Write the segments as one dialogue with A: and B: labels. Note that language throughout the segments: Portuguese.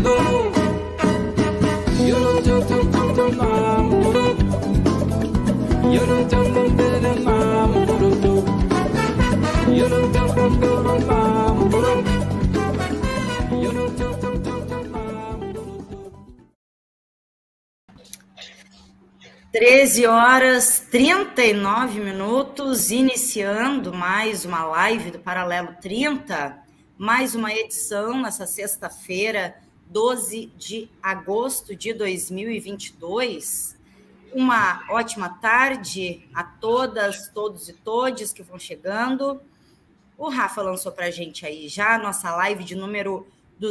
A: (13h39), iniciando mais uma live do Paralelo 30, mais uma edição nessa sexta-feira, 12 de agosto de 2022. Uma ótima tarde a todas, todos e todes que vão chegando. O Rafa lançou para a gente aí já a nossa live de número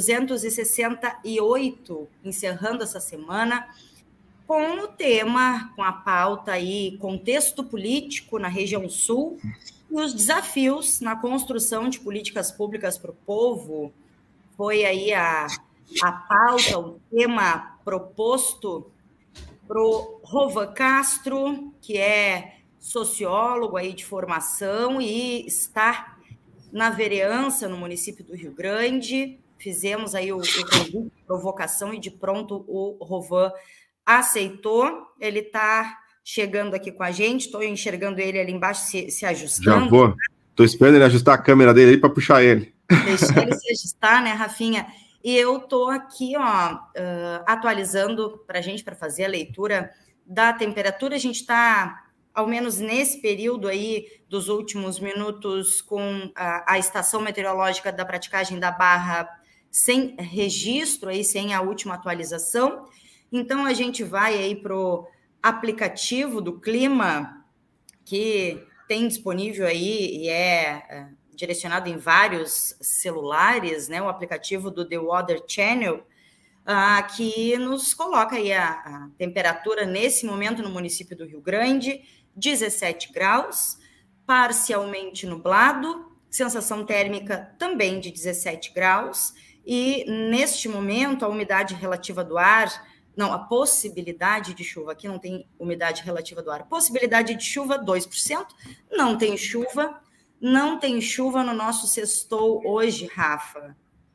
A: 268, encerrando essa semana, com o tema, com a pauta aí, contexto político na região sul e os desafios na construção de políticas públicas para o povo. Foi aí a pauta, o tema proposto pro Rovan Castro, que é sociólogo aí de formação e está na vereança no município do Rio Grande. Fizemos aí o convite, provocação, e de pronto o Rovan aceitou. Ele está chegando aqui com a gente, estou enxergando ele ali embaixo se ajustando.
B: Já vou, estou esperando ele ajustar a câmera dele aí para puxar ele.
A: Deixa ele se ajustar, né, Rafinha? E eu estou aqui, atualizando para a gente, para fazer a leitura da temperatura. A gente está, ao menos nesse período aí dos últimos minutos, com a estação meteorológica da praticagem da Barra sem registro, aí, sem a última atualização. Então, a gente vai aí para o aplicativo do clima, que tem disponível aí e é direcionado em vários celulares, né? O aplicativo do The Weather Channel, que nos coloca aí a temperatura nesse momento no município do Rio Grande, 17 graus, parcialmente nublado, sensação térmica também de 17 graus, e neste momento a umidade relativa do ar, não, a possibilidade de chuva, aqui não tem umidade relativa do ar, possibilidade de chuva 2%, não tem chuva no nosso sextou hoje, Rafa.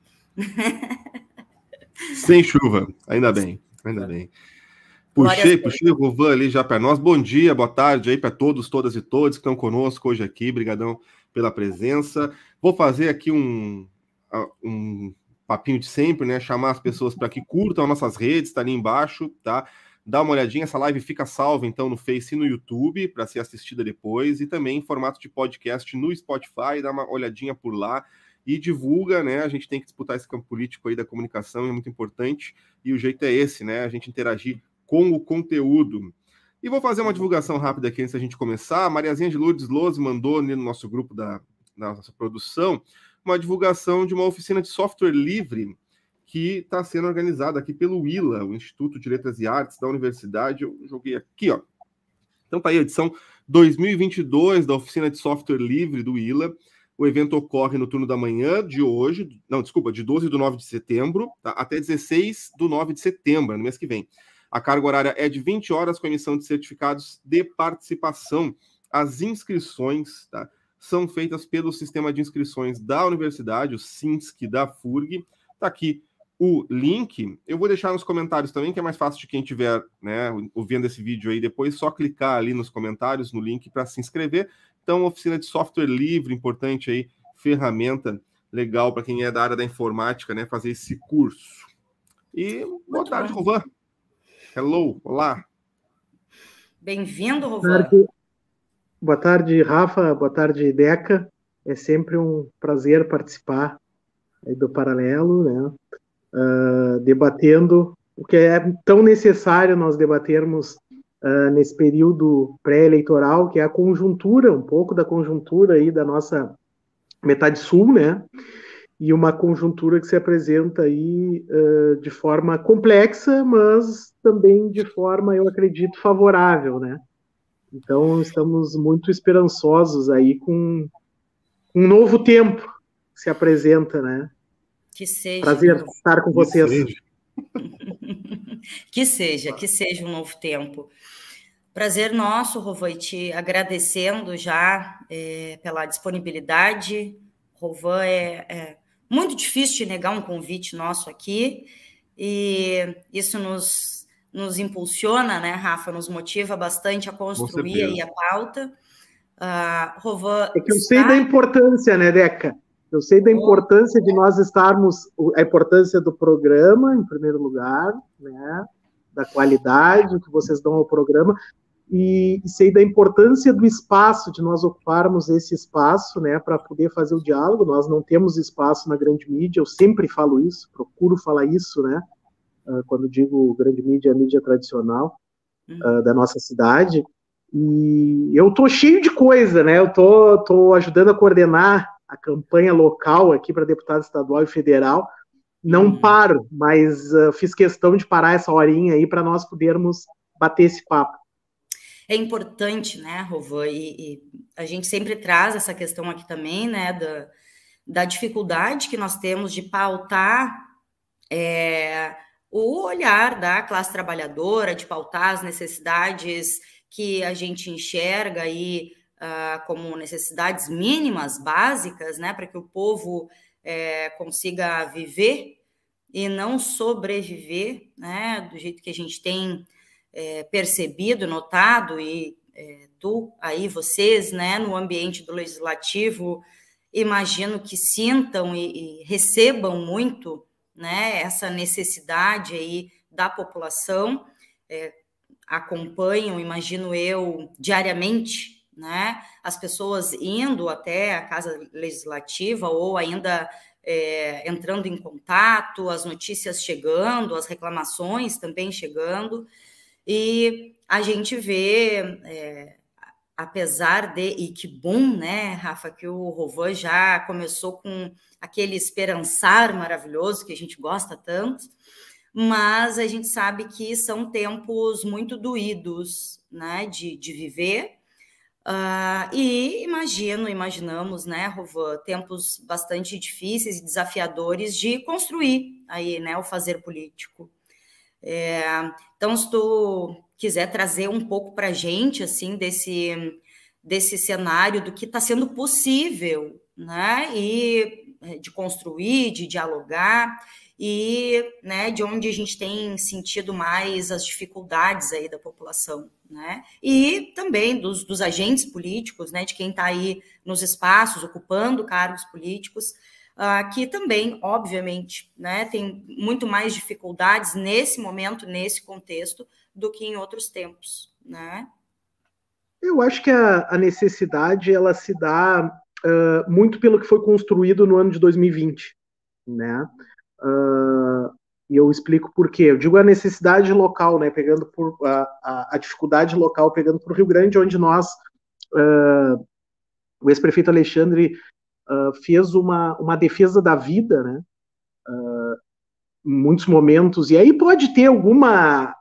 B: Sem chuva, ainda bem. Puxei o Rovan ali já para nós. Bom dia, boa tarde aí para todos, todas e todos que estão conosco hoje aqui. Brigadão pela presença. Vou fazer aqui um papinho de sempre, né? Chamar as pessoas para que curtam as nossas redes, tá ali embaixo, tá? Dá uma olhadinha, essa live fica salva então no Face e no YouTube para ser assistida depois, e também em formato de podcast no Spotify. Dá uma olhadinha por lá e divulga, né? A gente tem que disputar esse campo político aí da comunicação, é muito importante, e o jeito é esse, né? A gente interagir com o conteúdo. E vou fazer uma divulgação rápida aqui antes da gente começar. A Mariazinha de Lourdes Lose mandou ali no nosso grupo da nossa produção uma divulgação de uma oficina de software livre que está sendo organizada aqui pelo ILA, o Instituto de Letras e Artes da Universidade. Eu joguei aqui, ó. Então tá aí a edição 2022 da oficina de software livre do ILA. O evento ocorre no turno da manhã de hoje, de 12 do 9 de setembro, tá? Até 16 do 9 de setembro, no mês que vem. A carga horária é de 20 horas com emissão de certificados de participação. As inscrições, tá, são feitas pelo sistema de inscrições da universidade, o SINSC da FURG. Tá aqui o link. Eu vou deixar nos comentários também, que é mais fácil de quem estiver, né, ouvindo esse vídeo aí depois, só clicar ali nos comentários, no link para se inscrever. Então, oficina de software livre, importante aí, ferramenta legal para quem é da área da informática, né, fazer esse curso. E boa tarde, Rovan. Hello, olá.
A: Bem-vindo, Rovan.
C: Boa tarde, Rafa. Boa tarde, Deca. É sempre um prazer participar aí do Paralelo, né? Debatendo o que é tão necessário nós debatermos nesse período pré-eleitoral, que é a conjuntura, um pouco da conjuntura aí da nossa metade sul, né? E uma conjuntura que se apresenta aí de forma complexa, mas também de forma, eu acredito, favorável, né? Então, estamos muito esperançosos aí com um novo tempo que se apresenta, né?
A: Que seja.
C: Prazer estar com vocês.
A: Que seja um novo tempo. Prazer nosso, Rovan, e te agradecendo já pela disponibilidade. Rovan, é muito difícil de negar um convite nosso aqui, e isso nos impulsiona, né, Rafa, nos motiva bastante a construir aí a pauta. Rovan
C: é que eu sei da importância, né, Deca? Eu sei da importância de nós estarmos, a importância do programa, em primeiro lugar, né, da qualidade que vocês dão ao programa, e sei da importância do espaço, de nós ocuparmos esse espaço, né, para poder fazer o diálogo. Nós não temos espaço na grande mídia, eu sempre falo isso, procuro falar isso, né, quando digo grande mídia, a mídia tradicional da nossa cidade. E eu tô cheio de coisa, né, eu tô ajudando a coordenar a campanha local aqui para deputado estadual e federal. Não paro, mas fiz questão de parar essa horinha aí para nós podermos bater esse papo.
A: É importante, né, Rovan, e a gente sempre traz essa questão aqui também, né, da dificuldade que nós temos de pautar o olhar da classe trabalhadora, de pautar as necessidades que a gente enxerga aí como necessidades mínimas, básicas, né, para que o povo consiga viver e não sobreviver, né, do jeito que a gente tem percebido, notado, e vocês, né, no ambiente do legislativo, imagino que sintam e recebam muito, né, essa necessidade aí da população, acompanham, imagino eu, diariamente, né, as pessoas indo até a Casa Legislativa ou ainda entrando em contato, as notícias chegando, as reclamações também chegando, e a gente vê, apesar de, e que bom, né, Rafa, que o Rovan já começou com aquele esperançar maravilhoso que a gente gosta tanto, mas a gente sabe que são tempos muito doídos, né, de viver, e imaginamos, né, Rovan, tempos bastante difíceis e desafiadores de construir aí, né, o fazer político. Então, se tu quiser trazer um pouco para a gente, assim, desse cenário do que está sendo possível, né, e de construir, de dialogar, e, né, de onde a gente tem sentido mais as dificuldades aí da população, né, e também dos agentes políticos, né, de quem está aí nos espaços, ocupando cargos políticos, que também, obviamente, né, tem muito mais dificuldades nesse momento, nesse contexto, do que em outros tempos, né?
C: Eu acho que a necessidade, ela se dá muito pelo que foi construído no ano de 2020, né? E eu explico por quê. Eu digo a necessidade local, né, pegando por a dificuldade local, pegando por Rio Grande, onde nós, o ex-prefeito Alexandre fez uma defesa da vida, né, em muitos momentos, e aí pode ter alguma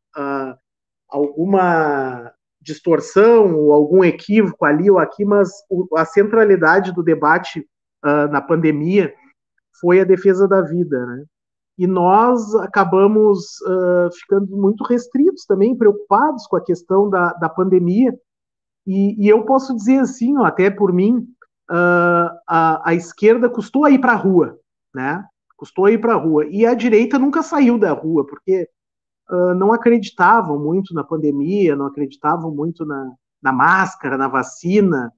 C: distorção ou algum equívoco ali ou aqui, mas a centralidade do debate na pandemia foi a defesa da vida, né? E nós acabamos ficando muito restritos também, preocupados com a questão da pandemia, e eu posso dizer assim, ó, até por mim, a esquerda custou a ir para a rua, né? Custou a ir para a rua, e a direita nunca saiu da rua, porque não acreditavam muito na pandemia, não acreditavam muito na máscara, na vacina,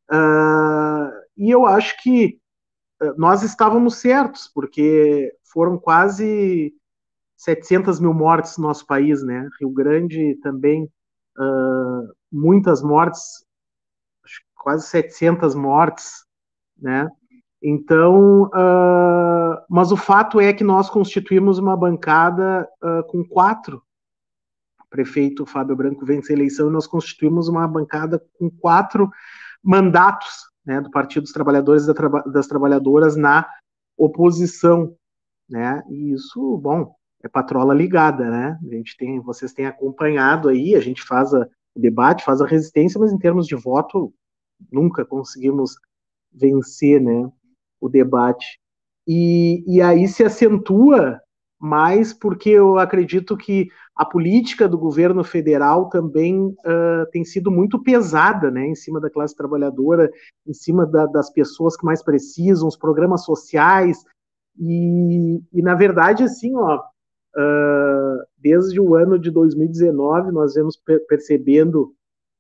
C: e eu acho que nós estávamos certos, porque foram quase 700 mil mortes no nosso país, né? Rio Grande também, muitas mortes, quase 700 mortes, né? Então, mas o fato é que nós constituímos uma bancada com 4. O prefeito Fábio Branco vence a eleição e nós constituímos uma bancada com 4 mandatos, né, do Partido dos Trabalhadores e das Trabalhadoras na oposição, né? E isso, bom, é patrola ligada, né? Vocês têm acompanhado aí, a gente faz o debate, faz a resistência, mas em termos de voto nunca conseguimos vencer, né, o debate. E aí se acentua mais porque eu acredito que a política do governo federal também tem sido muito pesada, né, em cima da classe trabalhadora, em cima das pessoas que mais precisam, os programas sociais, e na verdade, assim, ó, desde o ano de 2019, nós vemos percebendo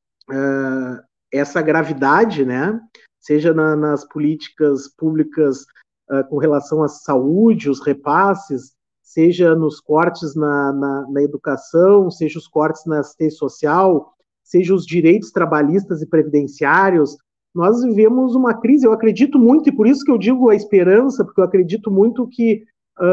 C: essa gravidade, né? Seja nas políticas públicas com relação à saúde, os repasses, seja nos cortes na educação, seja os cortes na assistência social, seja os direitos trabalhistas e previdenciários. Nós vivemos uma crise, eu acredito muito, e por isso que eu digo a esperança, porque eu acredito muito que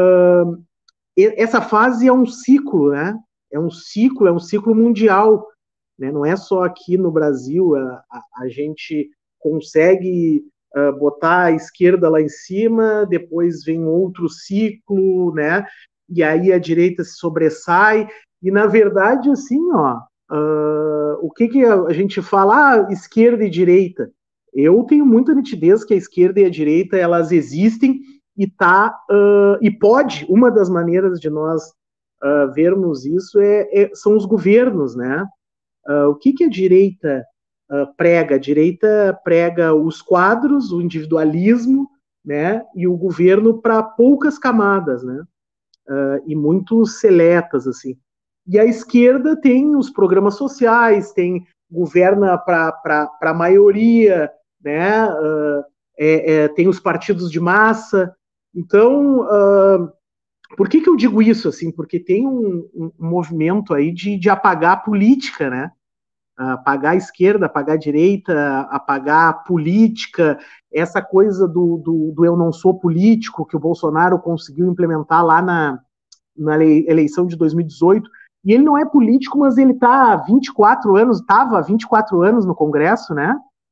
C: essa fase é um ciclo, né? É um ciclo mundial, né? Não é só aqui no Brasil, a gente consegue botar a esquerda lá em cima, depois vem outro ciclo, né? E aí a direita se sobressai, e na verdade, assim, o que a gente fala, esquerda e direita? Eu tenho muita nitidez que a esquerda e a direita, elas existem, e pode, uma das maneiras de nós vermos isso são os governos, né? O que a direita prega? A direita prega os quadros, o individualismo, né? E o governo para poucas camadas, né? E muito seletas, assim. E a esquerda tem os programas sociais, governa para a maioria, né? Tem os partidos de massa. Então, por que eu digo isso? Assim, porque tem um movimento aí de apagar a política, né? Apagar a esquerda, apagar a direita, apagar a política, essa coisa do eu não sou político que o Bolsonaro conseguiu implementar lá na eleição de 2018. E ele não é político, mas ele está há 24 anos, estava há 24 anos no Congresso, né?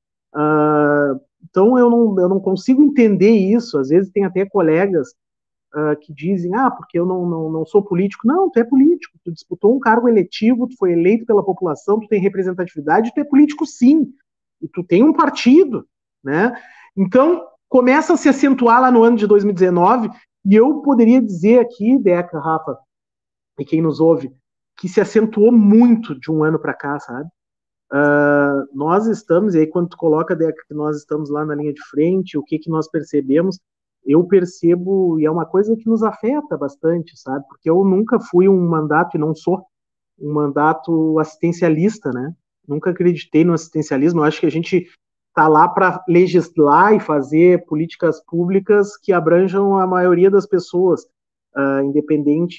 C: Então eu não consigo entender isso. Às vezes tem até colegas que dizem, porque eu não sou político. Não, tu é político, tu disputou um cargo eletivo, tu foi eleito pela população, tu tem representatividade, tu é político sim, e tu tem um partido, né? Então, começa a se acentuar lá no ano de 2019, e eu poderia dizer aqui, Deca, Rafa, e quem nos ouve, que se acentuou muito de um ano para cá, sabe? Nós estamos, e aí quando tu coloca, Deca, que nós estamos lá na linha de frente, o que nós percebemos, eu percebo, e é uma coisa que nos afeta bastante, sabe? Porque eu nunca fui um mandato, e não sou um mandato assistencialista, né? Nunca acreditei no assistencialismo. Eu acho que a gente está lá para legislar e fazer políticas públicas que abranjam a maioria das pessoas, independente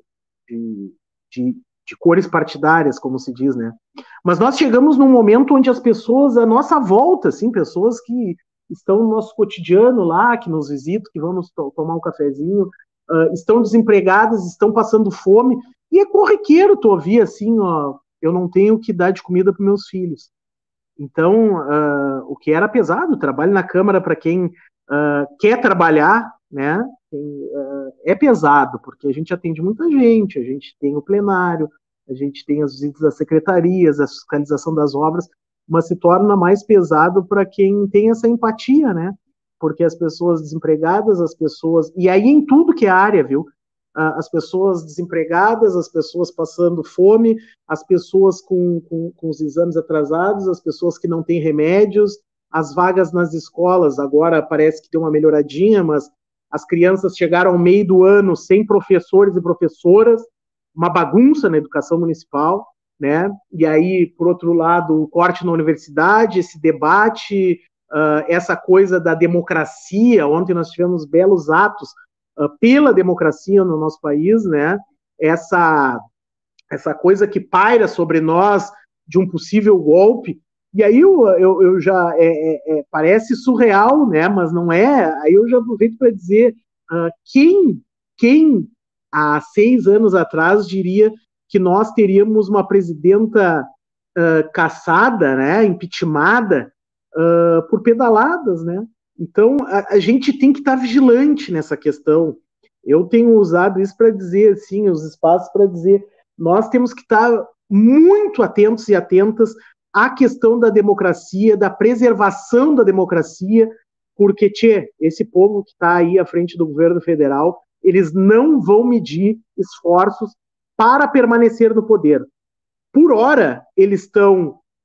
C: de cores partidárias, como se diz, né? Mas nós chegamos num momento onde as pessoas à nossa volta, assim, pessoas que estão no nosso cotidiano lá, que nos visitam, que vamos tomar um cafezinho, estão desempregadas, estão passando fome, e é corriqueiro tu ouvir assim, eu não tenho que dar de comida para meus filhos. Então, o que era pesado, o trabalho na Câmara para quem quer trabalhar, né, é pesado, porque a gente atende muita gente, a gente tem o plenário, a gente tem as visitas das secretarias, a fiscalização das obras, mas se torna mais pesado para quem tem essa empatia, né? Porque as pessoas desempregadas, e aí em tudo que é área, viu? As pessoas desempregadas, as pessoas passando fome, as pessoas com os exames atrasados, as pessoas que não têm remédios, as vagas nas escolas, agora parece que deu uma melhoradinha, mas as crianças chegaram ao meio do ano sem professores e professoras, uma bagunça na educação municipal, né? E aí, por outro lado, o corte na universidade, esse debate, essa coisa da democracia. Ontem nós tivemos belos atos pela democracia no nosso país, né? Essa coisa que paira sobre nós de um possível golpe. E aí eu já parece surreal, né? Mas não é. Aí eu já aproveito para dizer quem há 6 anos atrás diria que nós teríamos uma presidenta caçada, né, impeachmentada por pedaladas, né? Então, a gente tem que estar vigilante nessa questão. Eu tenho usado isso para dizer, assim, os espaços para dizer, nós temos que estar muito atentos e atentas à questão da democracia, da preservação da democracia, porque, esse povo que está aí à frente do governo federal, eles não vão medir esforços para permanecer no poder. Por hora, eles estão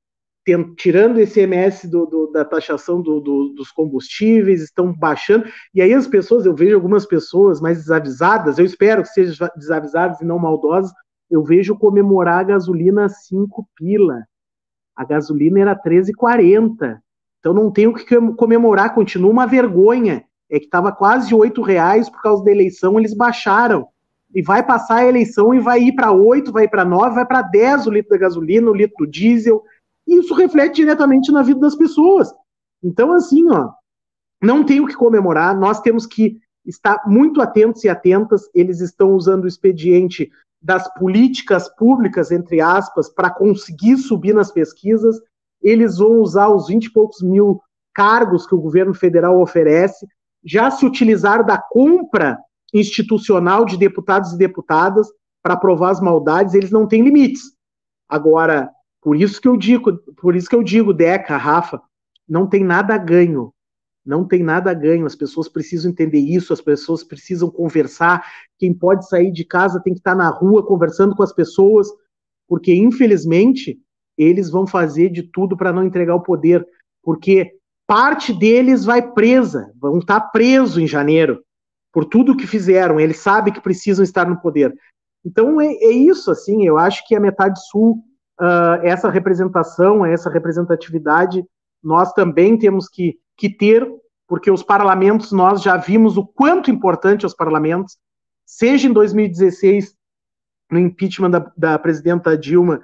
C: tirando esse ICMS da taxação dos combustíveis, estão baixando, e aí as pessoas, eu vejo algumas pessoas mais desavisadas, eu espero que sejam desavisadas e não maldosas, eu vejo comemorar a gasolina 5 pila. A gasolina era 13,40. Então não tem o que comemorar, continua uma vergonha. É que estava quase R$8 por causa da eleição, eles baixaram. E vai passar a eleição e vai ir para 8, vai para 9, vai para 10 o litro da gasolina, o litro do diesel. E isso reflete diretamente na vida das pessoas. Então, assim, não tem o que comemorar, nós temos que estar muito atentos e atentas. Eles estão usando o expediente das políticas públicas, entre aspas, para conseguir subir nas pesquisas. Eles vão usar os 20 e poucos mil cargos que o governo federal oferece. Já se utilizaram da compra institucional de deputados e deputadas para aprovar as maldades. Eles não têm limites. Agora, por isso que eu digo, Deca, Rafa, não tem nada a ganho. Não tem nada a ganho, as pessoas precisam entender isso, as pessoas precisam conversar, quem pode sair de casa tem que estar na rua conversando com as pessoas, porque, infelizmente, eles vão fazer de tudo para não entregar o poder, porque parte deles vai presa, vão estar presos em janeiro, por tudo que fizeram, eles sabem que precisam estar no poder. Então, é isso, assim, eu acho que a Metade Sul, essa representação, essa representatividade, nós também temos que ter, porque os parlamentos, nós já vimos o quanto importante os parlamentos, seja em 2016, no impeachment da presidenta Dilma,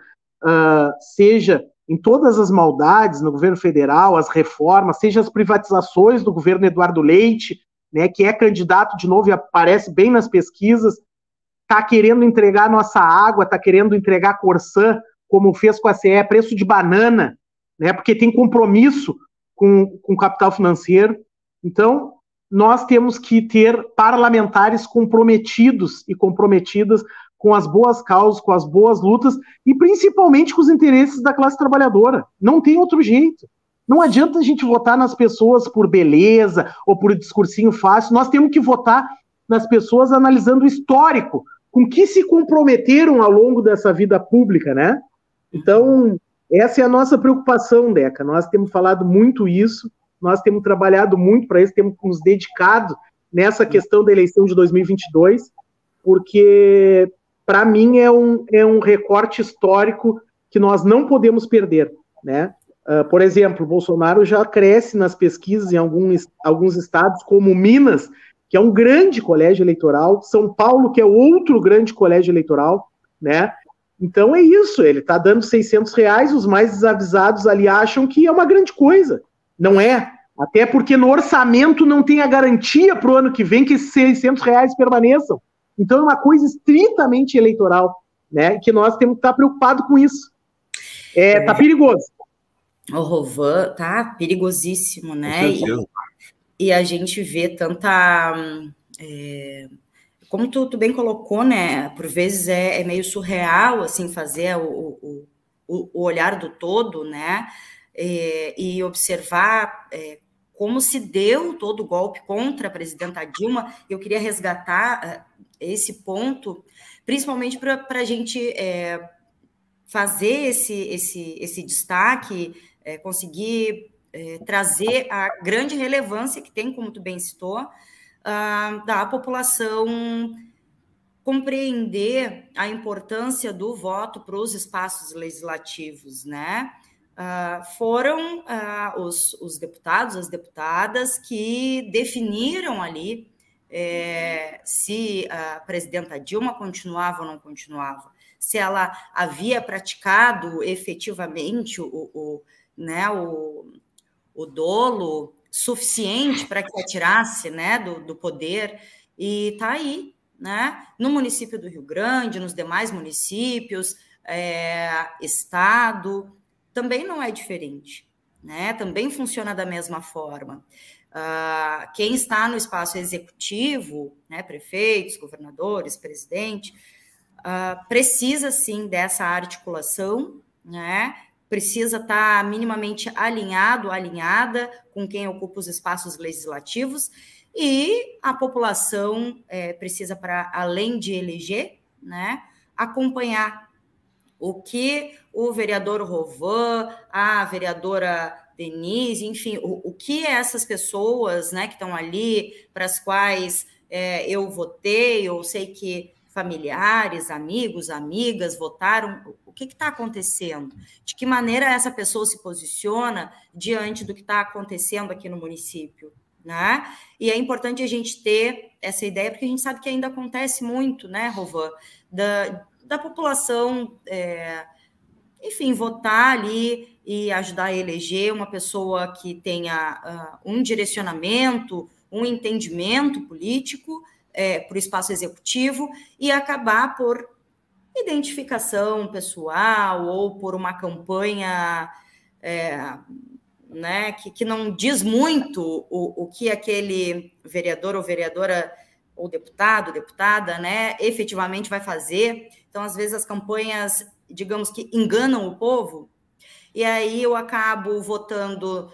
C: seja em todas as maldades no governo federal, as reformas, seja as privatizações do governo Eduardo Leite, né, que é candidato de novo e aparece bem nas pesquisas, está querendo entregar nossa água, está querendo entregar Corsã, como fez com a CE, preço de banana, né, porque tem compromisso com o capital financeiro. Então, nós temos que ter parlamentares comprometidos e comprometidas com as boas causas, com as boas lutas e principalmente com os interesses da classe trabalhadora. Não tem outro jeito. Não adianta a gente votar nas pessoas por beleza ou por discursinho fácil. Nós temos que votar nas pessoas analisando o histórico, com que se comprometeram ao longo dessa vida pública, né? Então, essa é a nossa preocupação, Deca. Nós temos falado muito isso, nós temos trabalhado muito para isso, temos nos dedicado nessa questão da eleição de 2022, porque, para mim, é um recorte histórico que nós não podemos perder, né? Por exemplo, o Bolsonaro já cresce nas pesquisas em alguns estados, como Minas, que é um grande colégio eleitoral, São Paulo, que é outro grande colégio eleitoral, né? Então é isso, ele está dando R$600, os mais desavisados ali acham que é uma grande coisa. Não é, até porque no orçamento não tem a garantia para o ano que vem que esses R$600 permaneçam. Então é uma coisa estritamente eleitoral, né? Que nós temos que estar preocupados com isso. Tá perigoso.
A: O Rovan tá perigosíssimo, né? E a gente vê tanta... como tu bem colocou, né? Por vezes é meio surreal, assim, fazer o olhar do todo, né? E observar como se deu todo o golpe contra a presidenta Dilma. Eu queria resgatar esse ponto, principalmente para a gente fazer esse destaque, conseguir trazer a grande relevância que tem, como tu bem citou, da população compreender a importância do voto para os espaços legislativos, né? Foram os deputados, as deputadas que definiram ali se a presidenta Dilma continuava ou não continuava, se ela havia praticado efetivamente o dolo suficiente para que atirasse, né, do poder, e está aí, né, no município do Rio Grande, nos demais municípios, estado, também não é diferente, né, também funciona da mesma forma. Quem está no espaço executivo, né, prefeitos, governadores, presidente, precisa sim dessa articulação, né, precisa estar minimamente alinhada com quem ocupa os espaços legislativos, e a população precisa, para além de eleger, né, acompanhar o que o vereador Rovan, a vereadora Denise, enfim, o que essas pessoas, né, que estão ali, para as quais eu votei, ou sei que familiares, amigos, amigas votaram, o que está acontecendo? De que maneira essa pessoa se posiciona diante do que está acontecendo aqui no município, né? E é importante a gente ter essa ideia, porque a gente sabe que ainda acontece muito, né, Rovan, da população, enfim, votar ali e ajudar a eleger uma pessoa que tenha um direcionamento, um entendimento político, para o espaço executivo, e acabar por identificação pessoal ou por uma campanha né, que não diz muito o que aquele vereador ou vereadora ou deputado, deputada, né, efetivamente vai fazer. Então, às vezes, as campanhas, digamos que enganam o povo, e aí eu acabo votando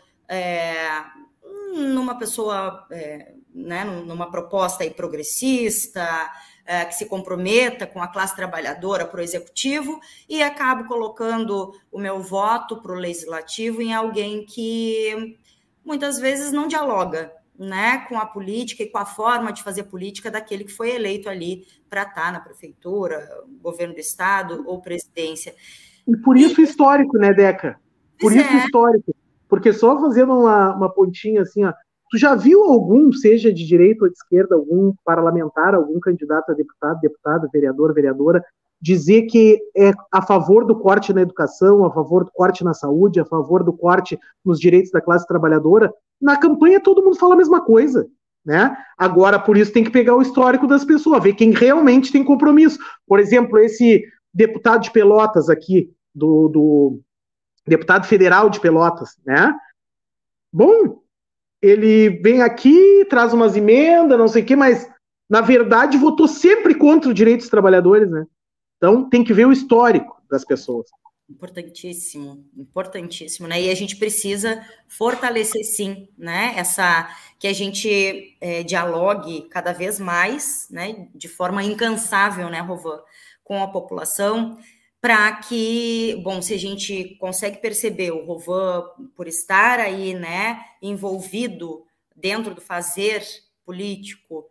A: numa pessoa, né, numa proposta aí progressista, que se comprometa com a classe trabalhadora para o executivo, e acabo colocando o meu voto para o legislativo em alguém que muitas vezes não dialoga, né, com a política e com a forma de fazer política daquele que foi eleito ali para estar na prefeitura, governo do estado ou presidência.
C: E por isso histórico, né, Deca? Por isso histórico. Porque só fazendo uma pontinha assim, ó, tu já viu algum, seja de direita ou de esquerda, algum parlamentar, algum candidato a deputado, deputada, vereador, vereadora, dizer que é a favor do corte na educação, a favor do corte na saúde, a favor do corte nos direitos da classe trabalhadora? Na campanha todo mundo fala a mesma coisa, né? Agora, por isso tem que pegar o histórico das pessoas, ver quem realmente tem compromisso. Por exemplo, esse deputado de Pelotas aqui, do deputado federal de Pelotas, né? Bom, ele vem aqui, traz umas emendas, não sei o quê, mas, na verdade, votou sempre contra os direitos dos trabalhadores, né? Então, tem que ver o histórico das pessoas.
A: Importantíssimo, importantíssimo, né? E a gente precisa fortalecer, sim, né? Que a gente dialogue cada vez mais, né? De forma incansável, né, Rovan, com a população, para que, bom, se a gente consegue perceber o Rovan por estar aí, né, envolvido dentro do fazer político,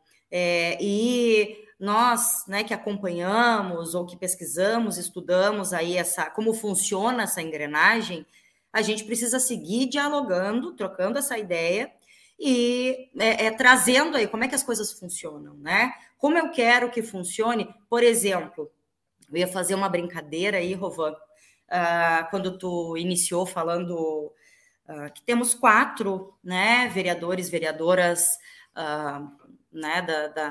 A: e nós, né, que acompanhamos ou que pesquisamos, estudamos aí como funciona essa engrenagem, a gente precisa seguir dialogando, trocando essa ideia e trazendo aí como é que as coisas funcionam, né? Como eu quero que funcione, por exemplo, eu ia fazer uma brincadeira aí, Rovan, quando tu iniciou falando que temos 4, né, vereadores, vereadoras, né,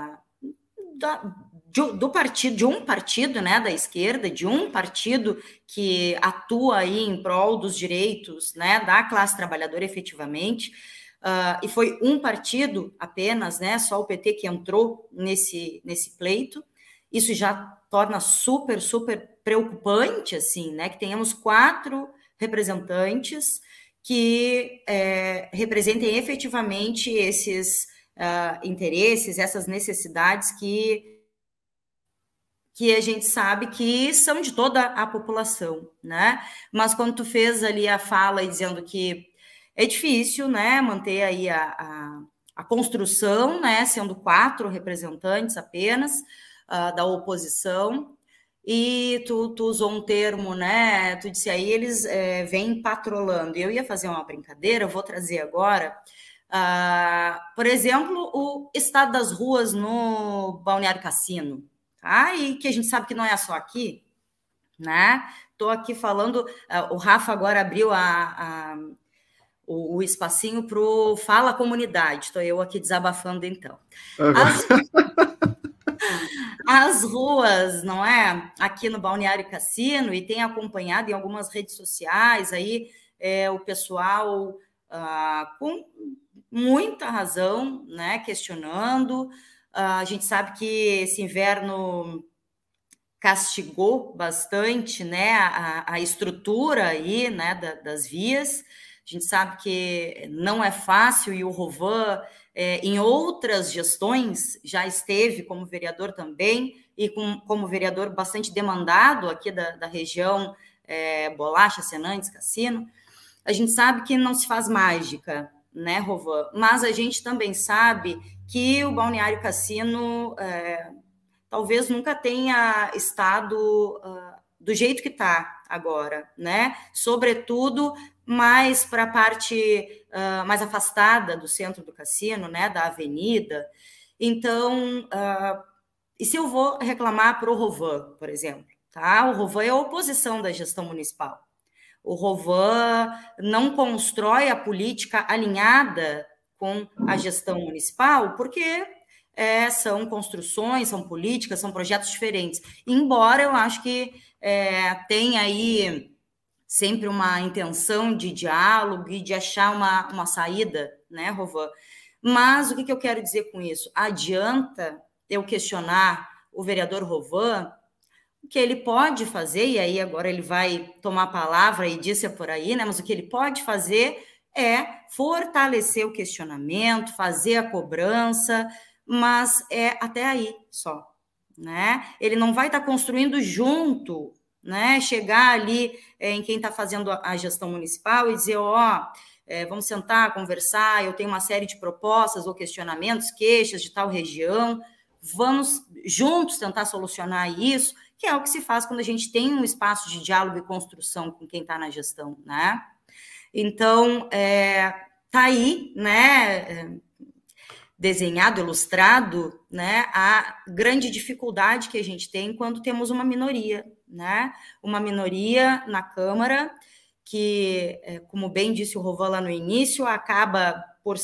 A: do partido, de um partido, né, da esquerda, de um partido que atua aí em prol dos direitos, né, da classe trabalhadora efetivamente, e foi um partido apenas, né, só o PT que entrou nesse pleito. Isso já torna super, super preocupante, assim, né, que tenhamos 4 representantes que representem efetivamente esses interesses, essas necessidades que a gente sabe que são de toda a população, né? Mas quando tu fez ali a fala e dizendo que é difícil, né, manter aí a construção, né, sendo 4 representantes apenas da oposição, e tu usou um termo, né, tu disse aí, eles vêm patrolando. Eu ia fazer uma brincadeira, eu vou trazer agora, por exemplo, o estado das ruas no Balneário Cassino, tá? E que a gente sabe que não é só aqui, né? Estou aqui falando, o Rafa agora abriu o espacinho para o Fala Comunidade, estou eu aqui desabafando então. As ruas, não é? Aqui no Balneário Cassino, e tem acompanhado em algumas redes sociais aí o pessoal com muita razão, né, questionando. A gente sabe que esse inverno castigou bastante, né, a estrutura aí, né, das vias. A gente sabe que não é fácil, e o Rovan, em outras gestões, já esteve como vereador também, e como vereador bastante demandado aqui da região, Bolacha, Senantes, Cassino, a gente sabe que não se faz mágica, né, Rovan? Mas a gente também sabe que o Balneário Cassino talvez nunca tenha estado do jeito que está agora, né? Sobretudo mais para a parte mais afastada do centro do cassino, né? Da avenida. Então, e se eu vou reclamar para o Rovan, por exemplo, tá? O Rovan é a oposição da gestão municipal. O Rovan não constrói a política alinhada com a gestão municipal, porque são construções, são políticas, são projetos diferentes. Embora eu acho que tem aí sempre uma intenção de diálogo e de achar uma saída, né, Rovan? Mas o que eu quero dizer com isso? Adianta eu questionar o vereador Rovan, o que ele pode fazer, e aí agora ele vai tomar a palavra e disse por aí, né? Mas o que ele pode fazer é fortalecer o questionamento, fazer a cobrança, mas até aí só, né? Ele não vai estar construindo junto, né? Chegar ali em quem está fazendo a gestão municipal e dizer, vamos sentar, conversar, eu tenho uma série de propostas ou questionamentos, queixas de tal região, vamos juntos tentar solucionar isso, que é o que se faz quando a gente tem um espaço de diálogo e construção com quem está na gestão, né? Então, tá aí, né, desenhado, ilustrado, né, a grande dificuldade que a gente tem quando temos uma minoria, né? Uma minoria na Câmara que, como bem disse o Rovan lá no início, acaba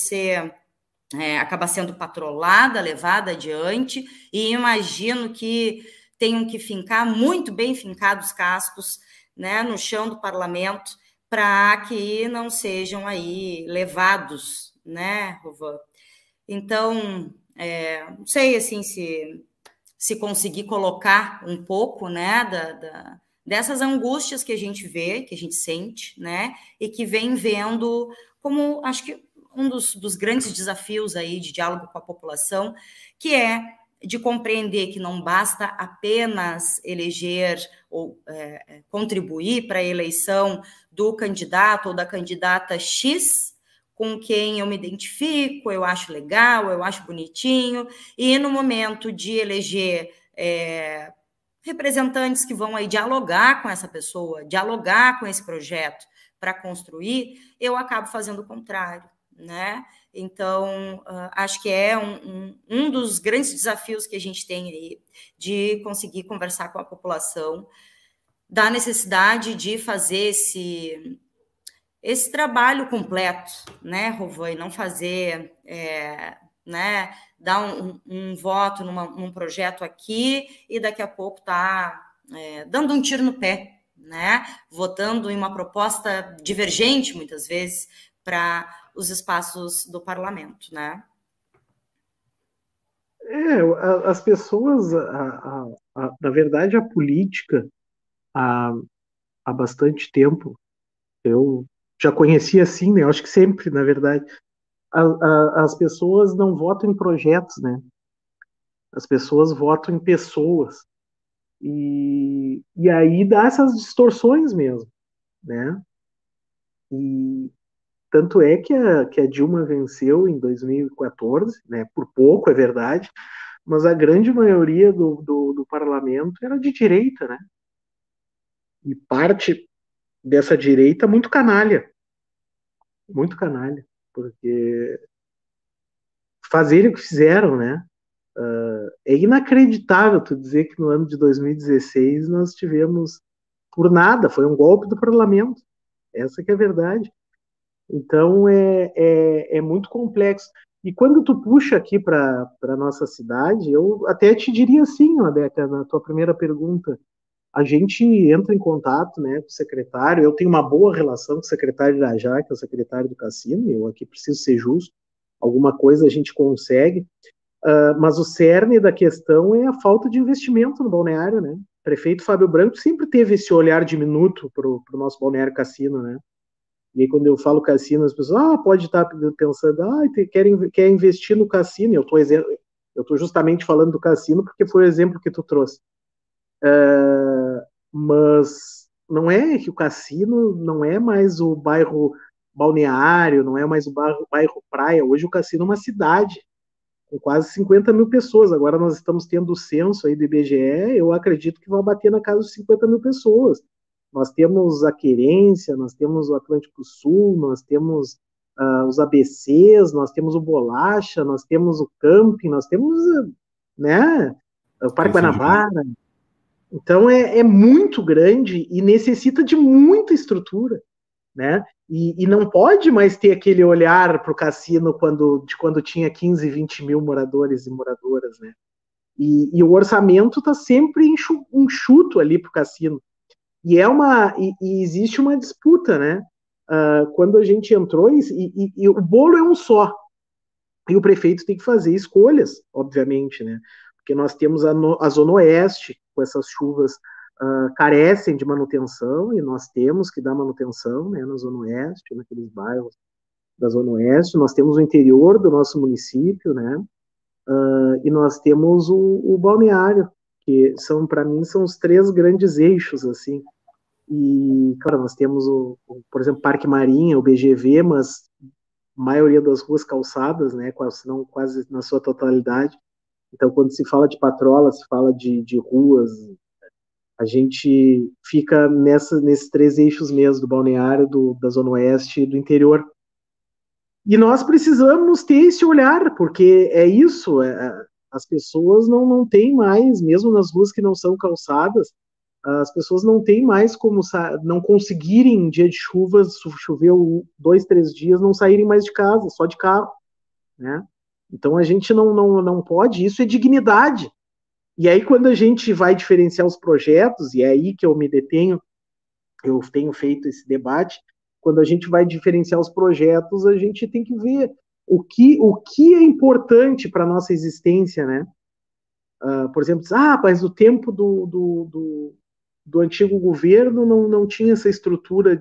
A: sendo patrolada, levada adiante, e imagino que tenham que fincar muito bem fincados cascos, né, no chão do parlamento, para que não sejam aí levados, né, Rovan? Então, não sei assim, se conseguir colocar um pouco, né, dessas angústias que a gente vê, que a gente sente, né, e que vem vendo como, acho que um dos grandes desafios aí de diálogo com a população, que é de compreender que não basta apenas eleger ou contribuir para a eleição do candidato ou da candidata X, com quem eu me identifico, eu acho legal, eu acho bonitinho, e no momento de eleger representantes que vão aí dialogar com essa pessoa, dialogar com esse projeto para construir, eu acabo fazendo o contrário, né? Então, acho que é um dos grandes desafios que a gente tem aí de conseguir conversar com a população, da necessidade de fazer esse trabalho completo, né, Rovan, e não fazer, né, dar um voto num projeto aqui e daqui a pouco dando um tiro no pé, né, votando em uma proposta divergente, muitas vezes, para os espaços do parlamento, né?
C: As pessoas, na verdade, a política, há bastante tempo, eu já conhecia assim, né? Eu acho que sempre, na verdade, as pessoas não votam em projetos, né? As pessoas votam em pessoas. E aí dá essas distorções mesmo, né? E tanto é que a Dilma venceu em 2014, né? Por pouco, é verdade, mas a grande maioria do parlamento era de direita, né? E parte dessa direita muito canalha, porque fazerem o que fizeram, né? É inacreditável tu dizer que no ano de 2016 nós tivemos, por nada, foi um golpe do parlamento. Essa que é a verdade. Então é muito complexo. E quando tu puxa aqui para a nossa cidade, eu até te diria assim, Adeca, na tua primeira pergunta, a gente entra em contato, né, com o secretário, eu tenho uma boa relação com o secretário Irajá, que é o secretário do Cassino, eu aqui preciso ser justo, alguma coisa a gente consegue, mas o cerne da questão é a falta de investimento no balneário, né? O prefeito Fábio Branco sempre teve esse olhar diminuto para o nosso balneário Cassino, né? E aí, quando eu falo cassino, as pessoas pode estar pensando, quer investir no cassino. Eu estou Eu estou justamente falando do cassino porque foi o exemplo que tu trouxe. Mas não é que o cassino não é mais o bairro balneário, não é mais o bairro praia. Hoje o cassino é uma cidade com quase 50 mil pessoas. Agora nós estamos tendo o censo aí do IBGE, eu acredito que vai bater na casa dos 50 mil pessoas. Nós temos a Querência, nós temos o Atlântico Sul, nós temos os ABCs, nós temos o Bolacha, nós temos o Camping, nós temos, né, o Parque Guanabara. Então é muito grande e necessita de muita estrutura, né? E não pode mais ter aquele olhar para o cassino de quando tinha 15, 20 mil moradores e moradoras, né? E o orçamento está sempre enxuto ali para o cassino. E existe uma disputa, né? Quando a gente entrou, e o bolo é um só. E o prefeito tem que fazer escolhas, obviamente, né? Porque nós temos a Zona Oeste, com essas chuvas, carecem de manutenção, e nós temos que dar manutenção, né, na Zona Oeste, naqueles bairros da Zona Oeste. Nós temos o interior do nosso município, né? E nós temos o balneário, que para mim, são os 3 grandes eixos, assim. E, claro, nós temos, por exemplo, Parque Marinha, o BGV, mas a maioria das ruas calçadas, né, quase na sua totalidade. Então, quando se fala de patrola, se fala de ruas, a gente fica nesses 3 eixos mesmo, do balneário, da Zona Oeste e do interior. E nós precisamos ter esse olhar, porque é isso, as pessoas não têm mais, mesmo nas ruas que não são calçadas, as pessoas não têm mais como não conseguirem, em dia de chuva, choveu 2, 3 dias, não saírem mais de casa, só de carro, né? Então a gente não pode, isso é dignidade. E aí quando a gente vai diferenciar os projetos, e é aí que eu me detenho, eu tenho feito esse debate, quando a gente vai diferenciar os projetos, a gente tem que ver o que é importante para a nossa existência, né? Por exemplo, mas o tempo do antigo governo não tinha essa estrutura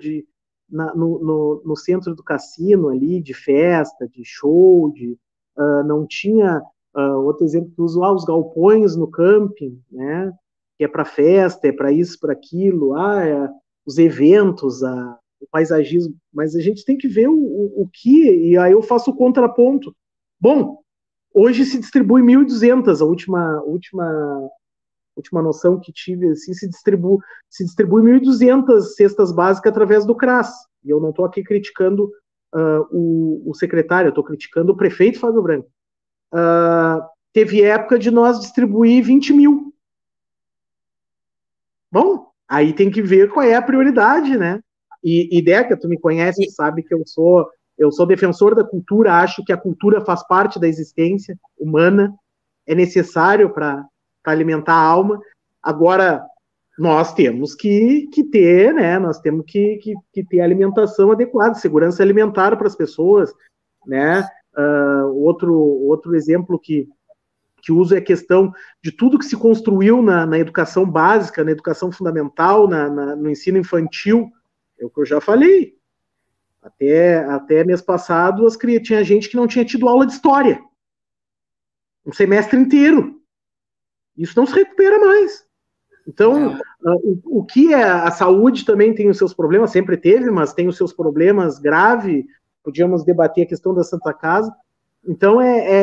C: no centro do cassino ali, de festa, de show, não tinha, outro exemplo que eu uso, os galpões no camping, né, que é para festa, é para isso, para aquilo, os eventos, o paisagismo, mas a gente tem que ver o que, e aí eu faço o contraponto. Bom, hoje se distribui 1.200, a última noção que tive, assim, se distribui 1.200 cestas básicas através do CRAS. E eu não estou aqui criticando o secretário, eu estou criticando o prefeito Fábio Branco. Teve época de nós distribuir 20 mil. Bom, aí tem que ver qual é a prioridade, né? E Deca, tu me conhece, sabe que eu sou defensor da cultura, acho que a cultura faz parte da existência humana, é necessário para alimentar a alma. Agora, nós temos que ter, né? Nós temos que ter alimentação adequada, segurança alimentar para as pessoas, né? Outro exemplo que uso é a questão de tudo que se construiu na educação básica, na educação fundamental, no ensino infantil. É o que eu já falei. Até mês passado, tinha gente que não tinha tido aula de história. Um semestre inteiro. Isso não se recupera mais. Então, o que é a saúde também tem os seus problemas, sempre teve, mas tem os seus problemas graves. Podíamos debater a questão da Santa Casa. Então,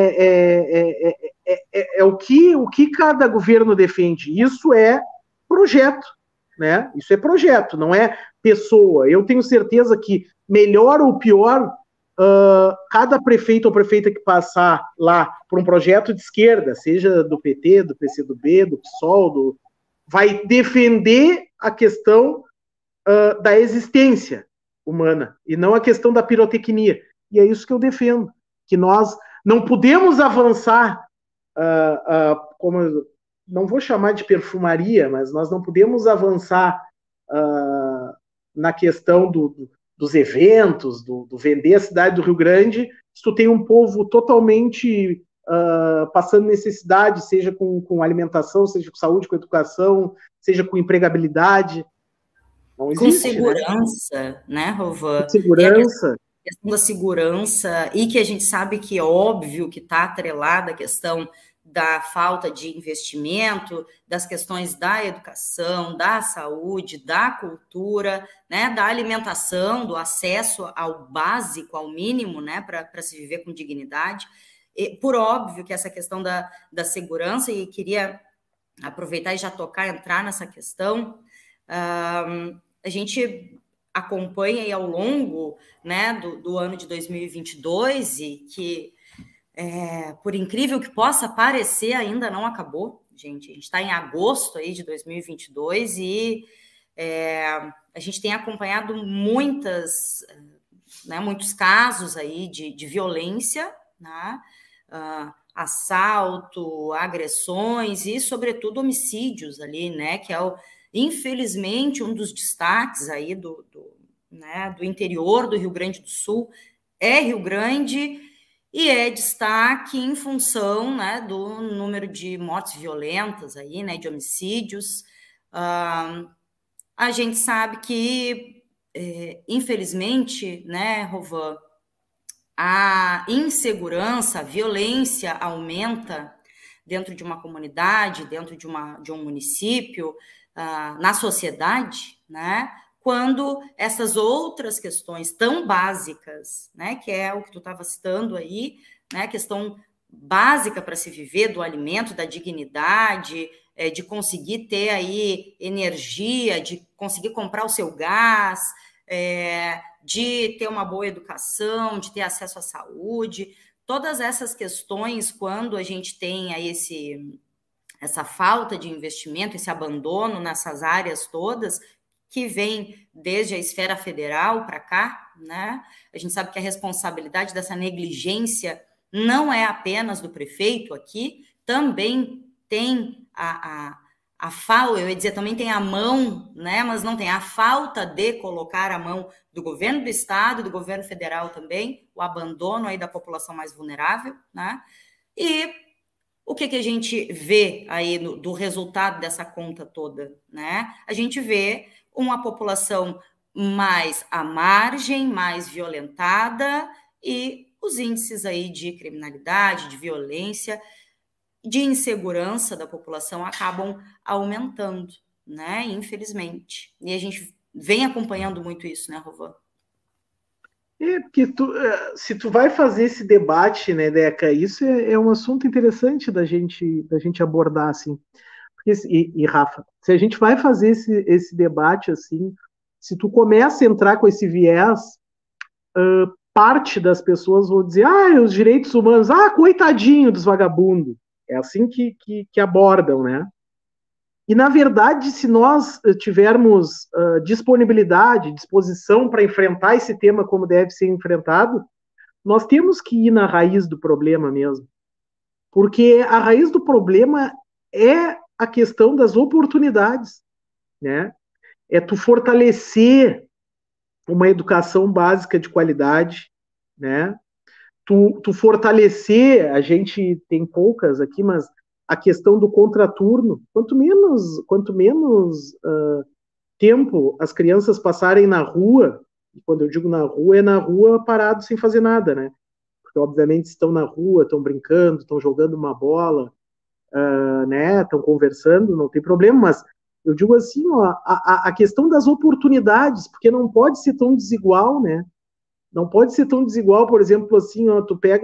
C: o que cada governo defende. Isso é projeto, né? Isso é projeto, não é pessoa. Eu tenho certeza que, melhor ou pior, cada prefeito ou prefeita que passar lá por um projeto de esquerda, seja do PT, do PCdoB, do PSOL, vai defender a questão da existência humana e não a questão da pirotecnia. E é isso que eu defendo, que nós não podemos avançar, como não vou chamar de perfumaria, mas nós não podemos avançar na questão dos eventos, do vender a cidade do Rio Grande, se tu tem um povo totalmente passando necessidade, seja com alimentação, seja com saúde, com educação, seja com empregabilidade. Não existe,
A: com segurança, né, Rovan?
C: Com segurança.
A: A questão da segurança, e que a gente sabe que é óbvio que está atrelada a questão da falta de investimento, das questões da educação, da saúde, da cultura, né, da alimentação, do acesso ao básico, ao mínimo, né, para se viver com dignidade. E, por óbvio que essa questão da segurança, e queria aproveitar e já entrar nessa questão, a gente acompanha aí ao longo, né, do ano de 2022 e que, por incrível que possa parecer, ainda não acabou, gente. A gente está em agosto aí de 2022 e a gente tem acompanhado muitos casos aí de violência, né? Assalto, agressões e, sobretudo, homicídios ali, né? Que infelizmente, um dos destaques aí do interior do Rio Grande do Sul é Rio Grande, e é destaque em função, né, do número de mortes violentas aí, né, de homicídios. A gente sabe que, infelizmente, né, Rovan, a insegurança, a violência aumenta dentro de uma comunidade, dentro de um município, na sociedade, né? Quando essas outras questões tão básicas, né, que é o que tu estava citando aí, né, questão básica para se viver, do alimento, da dignidade, de conseguir ter aí energia, de conseguir comprar o seu gás, de ter uma boa educação, de ter acesso à saúde, todas essas questões, quando a gente tem aí essa falta de investimento, esse abandono nessas áreas todas, que vem desde a esfera federal para cá, né? A gente sabe que a responsabilidade dessa negligência não é apenas do prefeito aqui, também tem a falta, eu ia dizer, também tem a mão, né? Mas não tem a falta de colocar a mão do governo do estado, do governo federal também, o abandono aí da população mais vulnerável, né? E o que a gente vê aí do resultado dessa conta toda, né? A gente vê uma população mais à margem, mais violentada, e os índices aí de criminalidade, de violência, de insegurança da população acabam aumentando, né? Infelizmente. E a gente vem acompanhando muito isso, né, Rovan?
C: Porque se tu vai fazer esse debate, né, Deca, isso é um assunto interessante da gente abordar, assim. Porque, e Rafa, se a gente vai fazer esse debate, assim, se tu começa a entrar com esse viés, parte das pessoas vão dizer, os direitos humanos, coitadinho dos vagabundos. É assim que abordam, né? E, na verdade, se nós tivermos disponibilidade, disposição para enfrentar esse tema como deve ser enfrentado, nós temos que ir na raiz do problema mesmo. Porque a raiz do problema é a questão das oportunidades, né? É tu fortalecer uma educação básica de qualidade, né? Tu fortalecer, a gente tem poucas aqui, mas a questão do contraturno, quanto menos tempo as crianças passarem na rua, e quando eu digo na rua, é na rua parado sem fazer nada, né? Porque, obviamente, estão na rua, estão brincando, estão jogando uma bola, né? Estão conversando, não tem problema, mas eu digo assim, a questão das oportunidades, porque não pode ser tão desigual, né? Não pode ser tão desigual, por exemplo, assim, tu pega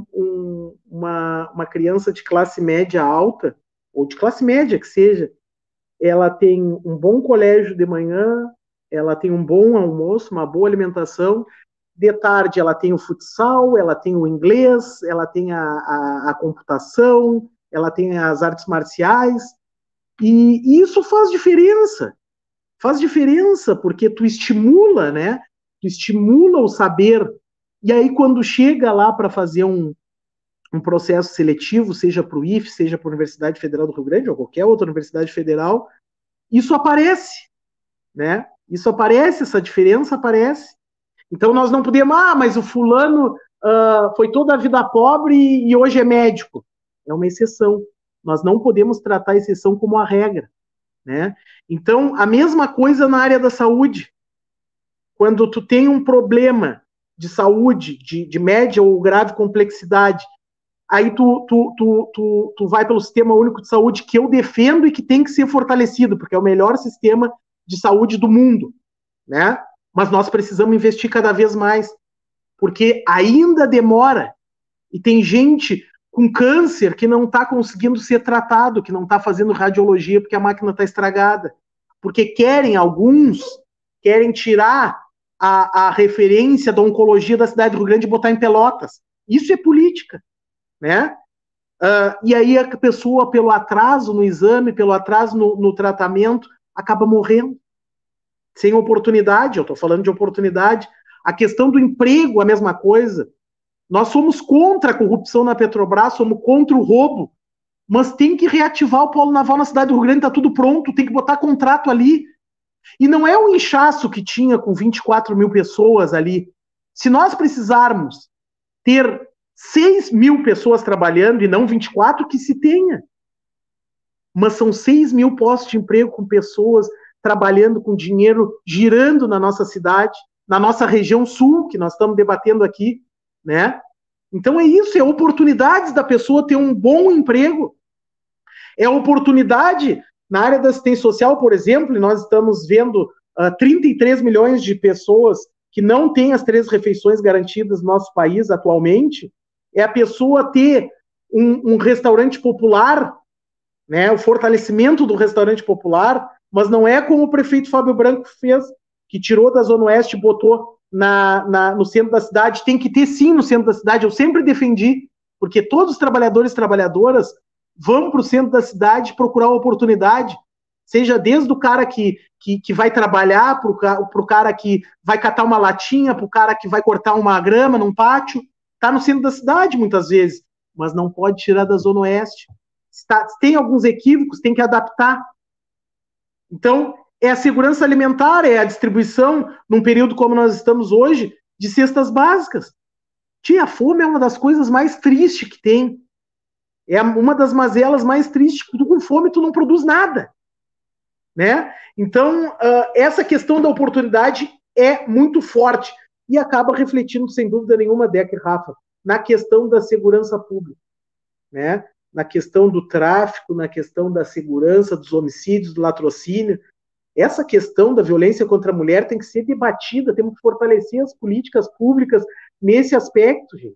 C: uma criança de classe média alta, ou de classe média que seja, ela tem um bom colégio de manhã, ela tem um bom almoço, uma boa alimentação, de tarde ela tem o futsal, ela tem o inglês, ela tem a computação, ela tem as artes marciais, e isso faz diferença. Faz diferença, porque tu estimula, né? Tu estimula o saber, e aí quando chega lá para fazer um processo seletivo, seja para o IFE, seja para a Universidade Federal do Rio Grande, ou qualquer outra universidade federal, isso aparece, né? Isso aparece, essa diferença aparece. Então nós não podemos, mas o fulano foi toda a vida pobre e hoje é médico. É uma exceção. Nós não podemos tratar a exceção como a regra, né? Então, a mesma coisa na área da saúde. Quando tu tem um problema de saúde, de média ou grave complexidade, aí tu vai pelo Sistema Único de Saúde, que eu defendo e que tem que ser fortalecido, porque é o melhor sistema de saúde do mundo, né? Mas nós precisamos investir cada vez mais, porque ainda demora, e tem gente com câncer que não está conseguindo ser tratado, que não está fazendo radiologia porque a máquina está estragada, porque alguns querem tirar a referência da oncologia da cidade do Rio Grande e botar em Pelotas. Isso é política, né? E aí a pessoa, pelo atraso no exame, pelo atraso no tratamento, acaba morrendo. Sem oportunidade, eu estou falando de oportunidade. A questão do emprego, a mesma coisa. Nós somos contra a corrupção na Petrobras, somos contra o roubo, mas tem que reativar o polo naval na cidade do Rio Grande, está tudo pronto, tem que botar contrato ali. E não é o inchaço que tinha com 24 mil pessoas ali. Se nós precisarmos ter 6 mil pessoas trabalhando e não 24, que se tenha. Mas são 6 mil postos de emprego com pessoas trabalhando, com dinheiro girando na nossa cidade, na nossa região sul, que nós estamos debatendo aqui, né? Então é isso, é oportunidades da pessoa ter um bom emprego. É oportunidade na área da assistência social, por exemplo, e nós estamos vendo 33 milhões de pessoas que não têm as 3 refeições garantidas no nosso país atualmente, é a pessoa ter um restaurante popular, né, o fortalecimento do restaurante popular, mas não é como o prefeito Fábio Branco fez, que tirou da Zona Oeste e botou no centro da cidade. Tem que ter sim no centro da cidade, eu sempre defendi, porque todos os trabalhadores e trabalhadoras vão para o centro da cidade procurar oportunidade, seja desde o cara que vai trabalhar, para o cara que vai catar uma latinha, para o cara que vai cortar uma grama num pátio, está no centro da cidade muitas vezes, mas não pode tirar da Zona Oeste. Tem alguns equívocos, tem que adaptar. Então, é a segurança alimentar, é a distribuição, num período como nós estamos hoje, de cestas básicas. A fome é uma das coisas mais tristes que tem. É uma das mazelas mais tristes. Tu com fome, tu não produz nada. Né? Então, essa questão da oportunidade é muito forte e acaba refletindo, sem dúvida nenhuma, Deca e Rafa, na questão da segurança pública, né? Na questão do tráfico, na questão da segurança, dos homicídios, do latrocínio. Essa questão da violência contra a mulher tem que ser debatida, temos que fortalecer as políticas públicas nesse aspecto, gente.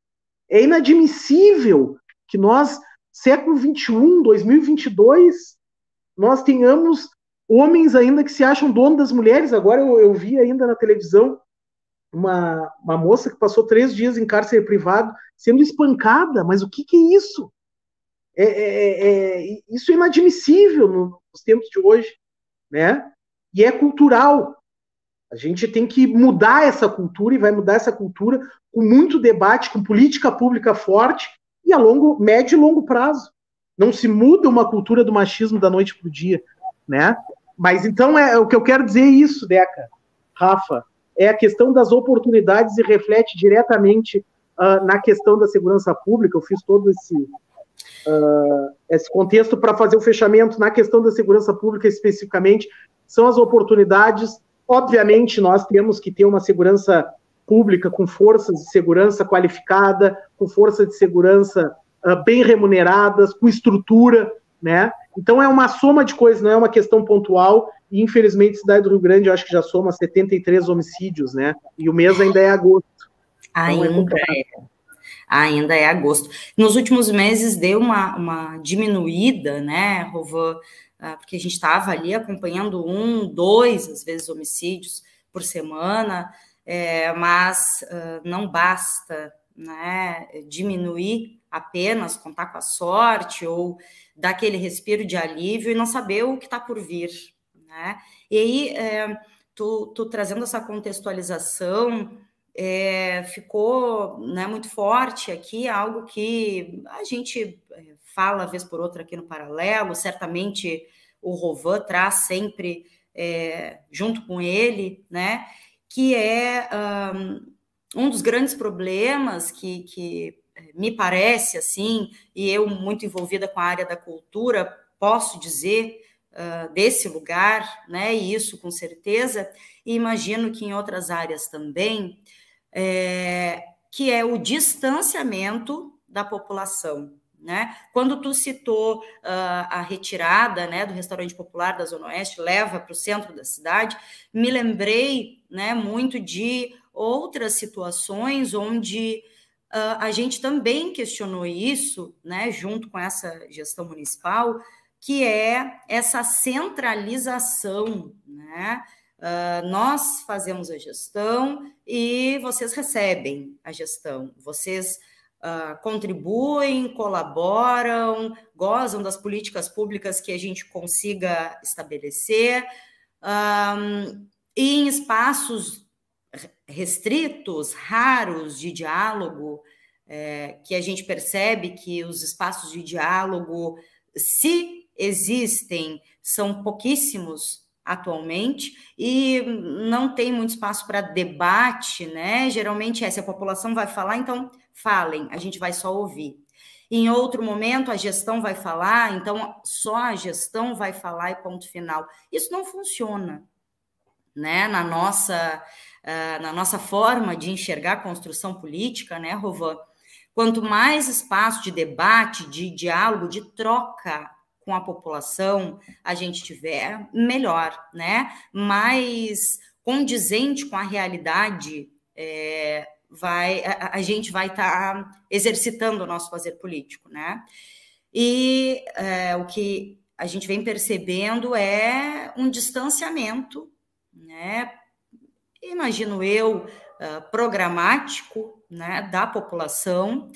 C: É inadmissível que nós, século XXI, 2022, nós tenhamos homens ainda que se acham dono das mulheres. Agora eu vi ainda na televisão uma moça que passou 3 dias em cárcere privado sendo espancada. Mas o que é isso? Isso é inadmissível nos tempos de hoje, né? E é cultural. A gente tem que mudar essa cultura, e vai mudar essa cultura com muito debate, com política pública forte e a médio e longo prazo. Não se muda uma cultura do machismo da noite para o dia, né? Mas então o que eu quero dizer é isso, Deca, Rafa, é a questão das oportunidades e reflete diretamente na questão da segurança pública. Eu fiz todo esse contexto para fazer o fechamento na questão da segurança pública especificamente. São as oportunidades. Obviamente, nós temos que ter uma segurança pública com forças de segurança qualificada, com forças de segurança bem remuneradas, com estrutura, né? Então é uma soma de coisas, não é uma questão pontual, e infelizmente a cidade do Rio Grande, eu acho que já soma 73 homicídios, né? E o mês ainda é agosto.
A: Ainda é agosto. Nos últimos meses deu uma diminuída, né, Rovan, porque a gente estava ali acompanhando 1, 2, às vezes, homicídios por semana, mas não basta, né, diminuir apenas, contar com a sorte ou dar aquele respiro de alívio e não saber o que está por vir, né? E aí, tu trazendo essa contextualização, ficou, né, muito forte aqui, algo que a gente fala vez por outra aqui no Paralelo, certamente o Rovan traz sempre junto com ele, né, que é um dos grandes problemas que me parece, assim, e eu muito envolvida com a área da cultura, posso dizer desse lugar, né, e isso com certeza, e imagino que em outras áreas também, que é o distanciamento, da população, né? Quando tu citou a retirada, né, do restaurante popular da Zona Oeste, leva para o centro da cidade, me lembrei, né, muito de outras situações onde a gente também questionou isso, né, junto com essa gestão municipal, que é essa centralização, né? Nós fazemos a gestão e vocês recebem a gestão, vocês contribuem, colaboram, gozam das políticas públicas que a gente consiga estabelecer, e em espaços restritos, raros de diálogo, que a gente percebe que os espaços de diálogo, se existem, são pouquíssimos atualmente, e não tem muito espaço para debate, né? Geralmente se a população vai falar, então falem, a gente vai só ouvir. Em outro momento, a gestão vai falar, então só a gestão vai falar e ponto final. Isso não funciona, né? Na nossa forma de enxergar a construção política, né, Rovan? Quanto mais espaço de debate, de diálogo, de troca com a população a gente tiver, melhor, né? Mais condizente com a realidade, a gente vai estar exercitando o nosso fazer político, né? E o que a gente vem percebendo é um distanciamento, né? Imagino eu, programático, né, da população,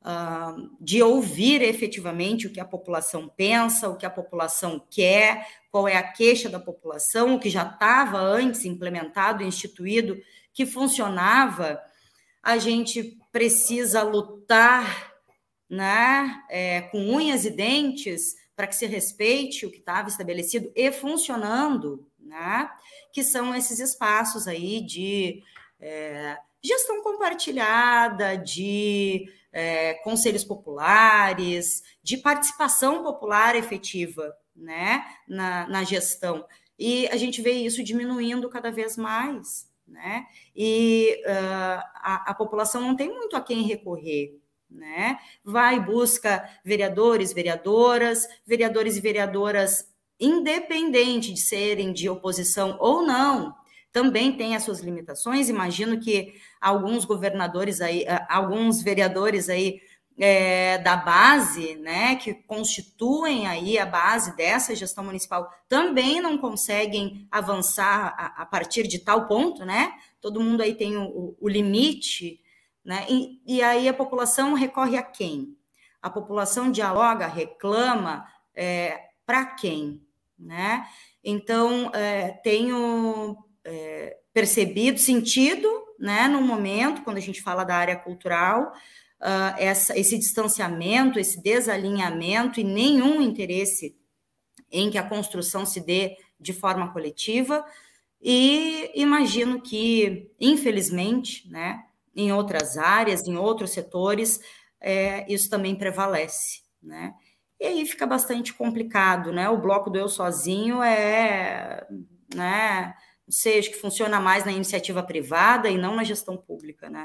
A: de ouvir efetivamente o que a população pensa, o que a população quer, qual é a queixa da população, o que já estava antes implementado, instituído, que funcionava. A gente precisa lutar, né, com unhas e dentes para que se respeite o que estava estabelecido e funcionando, né, que são esses espaços aí de gestão compartilhada, de conselhos populares, de participação popular efetiva, né, na gestão. E a gente vê isso diminuindo cada vez mais, né? E a população não tem muito a quem recorrer, né? Vai e busca vereadores, vereadoras e vereadoras, independente de serem de oposição ou não, também tem as suas limitações. Imagino que alguns governadores aí, alguns vereadores aí da base, né, que constituem aí a base dessa gestão municipal, também não conseguem avançar a partir de tal ponto, né? Todo mundo aí tem o limite, né? E aí a população recorre a quem? A população dialoga, reclama, para quem, né? Então, tenho percebido, sentido, né, no momento, quando a gente fala da área cultural, esse distanciamento, esse desalinhamento e nenhum interesse em que a construção se dê de forma coletiva, e imagino que, infelizmente, né, em outras áreas, em outros setores, isso também prevalece, né? E aí fica bastante complicado, né? O bloco do eu sozinho né, não sei, acho que funciona mais na iniciativa privada e não na gestão pública, né?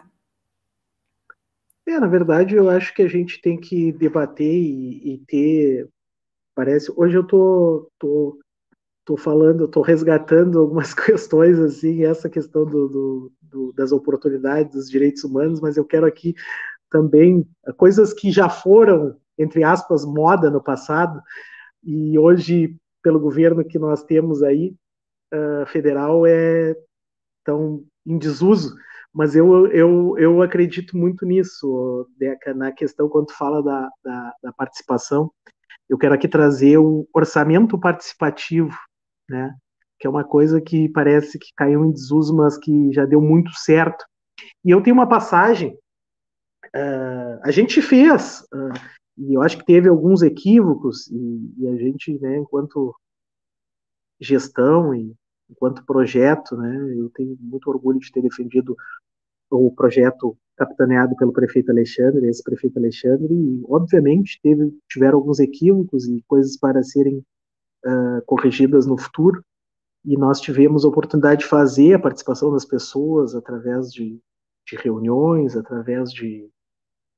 C: Na verdade, eu acho que a gente tem que debater e ter, parece, hoje eu tô falando, tô resgatando algumas questões, assim, essa questão das oportunidades, dos direitos humanos, mas eu quero aqui também coisas que já foram, entre aspas, moda no passado, e hoje, pelo governo que nós temos aí, federal, tão em desuso, mas eu acredito muito nisso, Deca, na questão quando tu fala da participação. Eu quero aqui trazer o orçamento participativo, né? Que é uma coisa que parece que caiu em desuso, mas que já deu muito certo. E eu tenho uma passagem, a gente fez, e eu acho que teve alguns equívocos, e a gente, né, enquanto gestão e enquanto projeto, né, eu tenho muito orgulho de ter defendido o projeto capitaneado pelo prefeito Alexandre, ex-prefeito Alexandre, e obviamente tiveram alguns equívocos e coisas para serem corrigidas no futuro, e nós tivemos a oportunidade de fazer a participação das pessoas através de reuniões, através de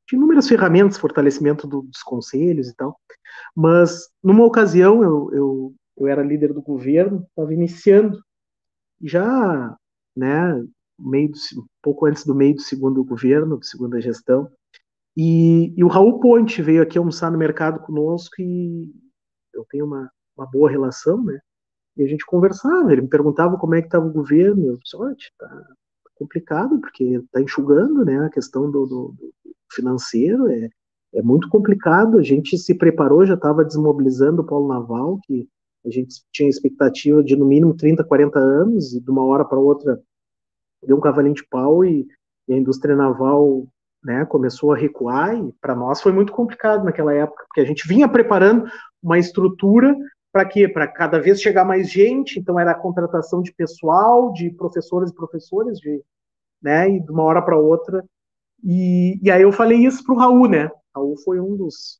C: de inúmeras ferramentas, fortalecimento dos conselhos e tal. Mas, numa ocasião, eu era líder do governo, estava iniciando, já, né, pouco antes do meio do segundo governo, da segunda gestão, e o Raul Ponte veio aqui almoçar no mercado conosco e eu tenho uma boa relação, né? E a gente conversava, ele me perguntava como é que estava o governo, eu disse, olha, tá complicado, porque está enxugando, né, a questão do financeiro, é muito complicado, a gente se preparou, já estava desmobilizando o polo naval, que a gente tinha expectativa de no mínimo 30, 40 anos, e de uma hora para outra deu um cavalinho de pau e a indústria naval, né, começou a recuar, e para nós foi muito complicado naquela época, porque a gente vinha preparando uma estrutura para quê? Para cada vez chegar mais gente, então era a contratação de pessoal, de professoras e professores, né, e de uma hora para outra. E aí eu falei isso para o Raul, né? Raul foi um dos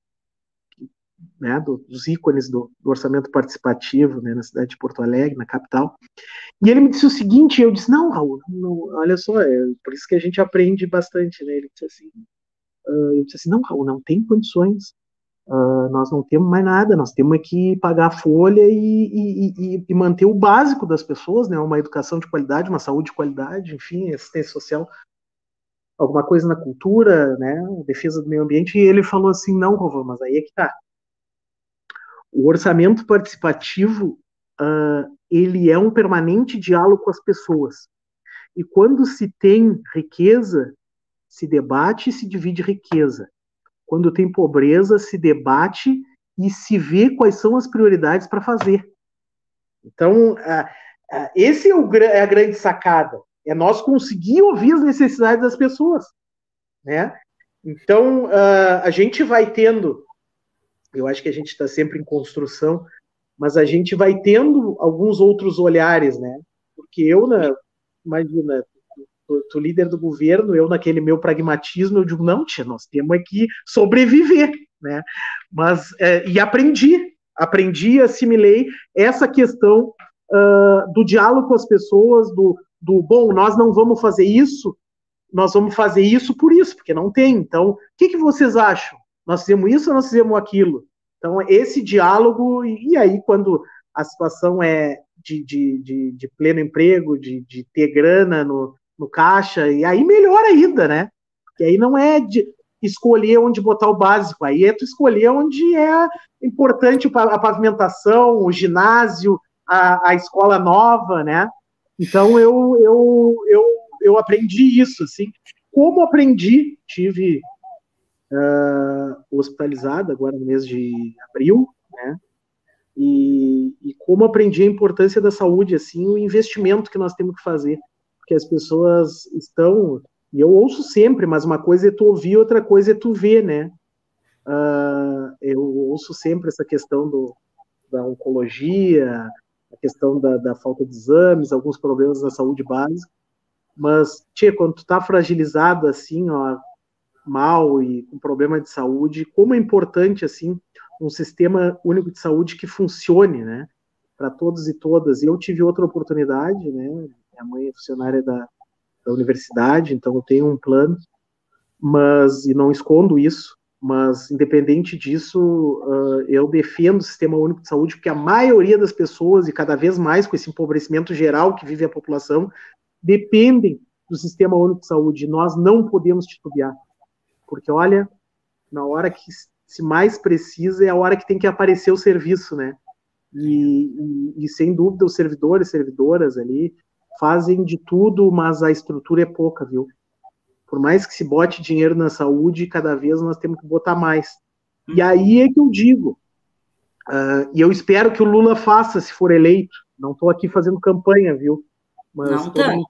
C: ícones do orçamento participativo, né, na cidade de Porto Alegre, na capital. E ele me disse o seguinte, eu disse, não, Raul, olha só, por isso que a gente aprende bastante, né? Ele disse assim, eu disse assim, não, Raul, não tem condições, nós não temos mais nada, nós temos que pagar a folha e manter o básico das pessoas, né? Uma educação de qualidade, uma saúde de qualidade, enfim, assistência social, alguma coisa na cultura, né? Defesa do meio ambiente. E ele falou assim, não, Rovan, mas aí é que tá. O orçamento participativo, ele é um permanente diálogo com as pessoas. E quando se tem riqueza, se debate e se divide riqueza. Quando tem pobreza, se debate e se vê quais são as prioridades para fazer. Então, esse é a grande sacada. É nós conseguir ouvir as necessidades das pessoas, né? Então, a gente vai tendo, eu acho que a gente está sempre em construção, mas a gente vai tendo alguns outros olhares, né? Porque imagina, tu líder do governo, eu naquele meu pragmatismo, eu digo, não, tia, nós temos que sobreviver, né? Mas, e aprendi, assimilei essa questão do diálogo com as pessoas, bom, nós não vamos fazer isso, nós vamos fazer isso por isso, porque não tem. Então, o que vocês acham? Nós fizemos isso ou nós fizemos aquilo? Então, esse diálogo, e aí quando a situação é de pleno emprego, de ter grana no caixa, e aí melhor ainda, né? Porque aí não é de escolher onde botar o básico, aí é tu escolher onde é importante a pavimentação, o ginásio, a escola nova, né? Então eu aprendi isso, assim. Como aprendi, tive hospitalizado agora no mês de abril, né? E como aprendi a importância da saúde, assim, o investimento que nós temos que fazer, porque as pessoas estão, e eu ouço sempre, mas uma coisa é tu ouvir, outra coisa é tu ver, né? Eu ouço sempre essa questão da oncologia, a questão da falta de exames, alguns problemas na saúde básica, mas, quando tu tá fragilizado assim, ó, mal e com problema de saúde, como é importante, assim, um sistema único de saúde que funcione, né, para todos e todas. E eu tive outra oportunidade, né, minha mãe é funcionária da universidade, então eu tenho um plano, e não escondo isso, mas independente disso, eu defendo o sistema único de saúde, porque a maioria das pessoas, e cada vez mais com esse empobrecimento geral que vive a população, dependem do sistema único de saúde. Nós não podemos titubear, porque olha, na hora que se mais precisa é a hora que tem que aparecer o serviço, né? E sem dúvida os servidores e servidoras ali fazem de tudo, mas a estrutura é pouca, viu? Por mais que se bote dinheiro na saúde, cada vez nós temos que botar mais. E aí é que eu digo, e eu espero que o Lula faça, se for eleito. Não estou aqui fazendo campanha, viu? Mas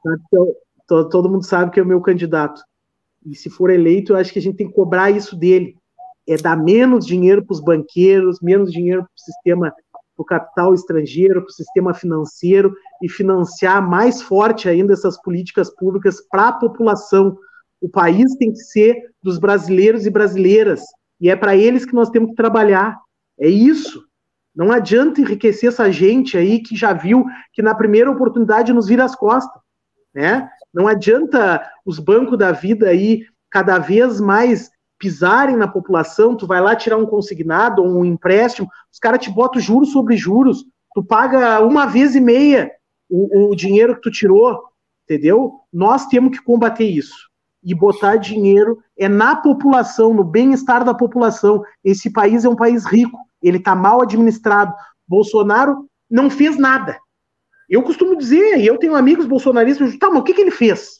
C: todo mundo sabe que é o meu candidato. E se for eleito, eu acho que a gente tem que cobrar isso dele. É dar menos dinheiro para os banqueiros, menos dinheiro para o sistema, para o capital estrangeiro, para o sistema financeiro, e financiar mais forte ainda essas políticas públicas para a população. O país tem que ser dos brasileiros e brasileiras, e é para eles que nós temos que trabalhar. É isso. Não adianta enriquecer essa gente aí que já viu que na primeira oportunidade nos vira as costas, né? Não adianta os bancos da vida aí cada vez mais pisarem na população, tu vai lá tirar um consignado ou um empréstimo, os caras te botam juros sobre juros, tu paga 1,5 vezes o dinheiro que tu tirou, entendeu? Nós temos que combater isso. E botar dinheiro na população, no bem-estar da população. Esse país é um país rico, ele está mal administrado. Bolsonaro não fez nada. Eu costumo dizer, e eu tenho amigos bolsonaristas, tá, mas o que ele fez?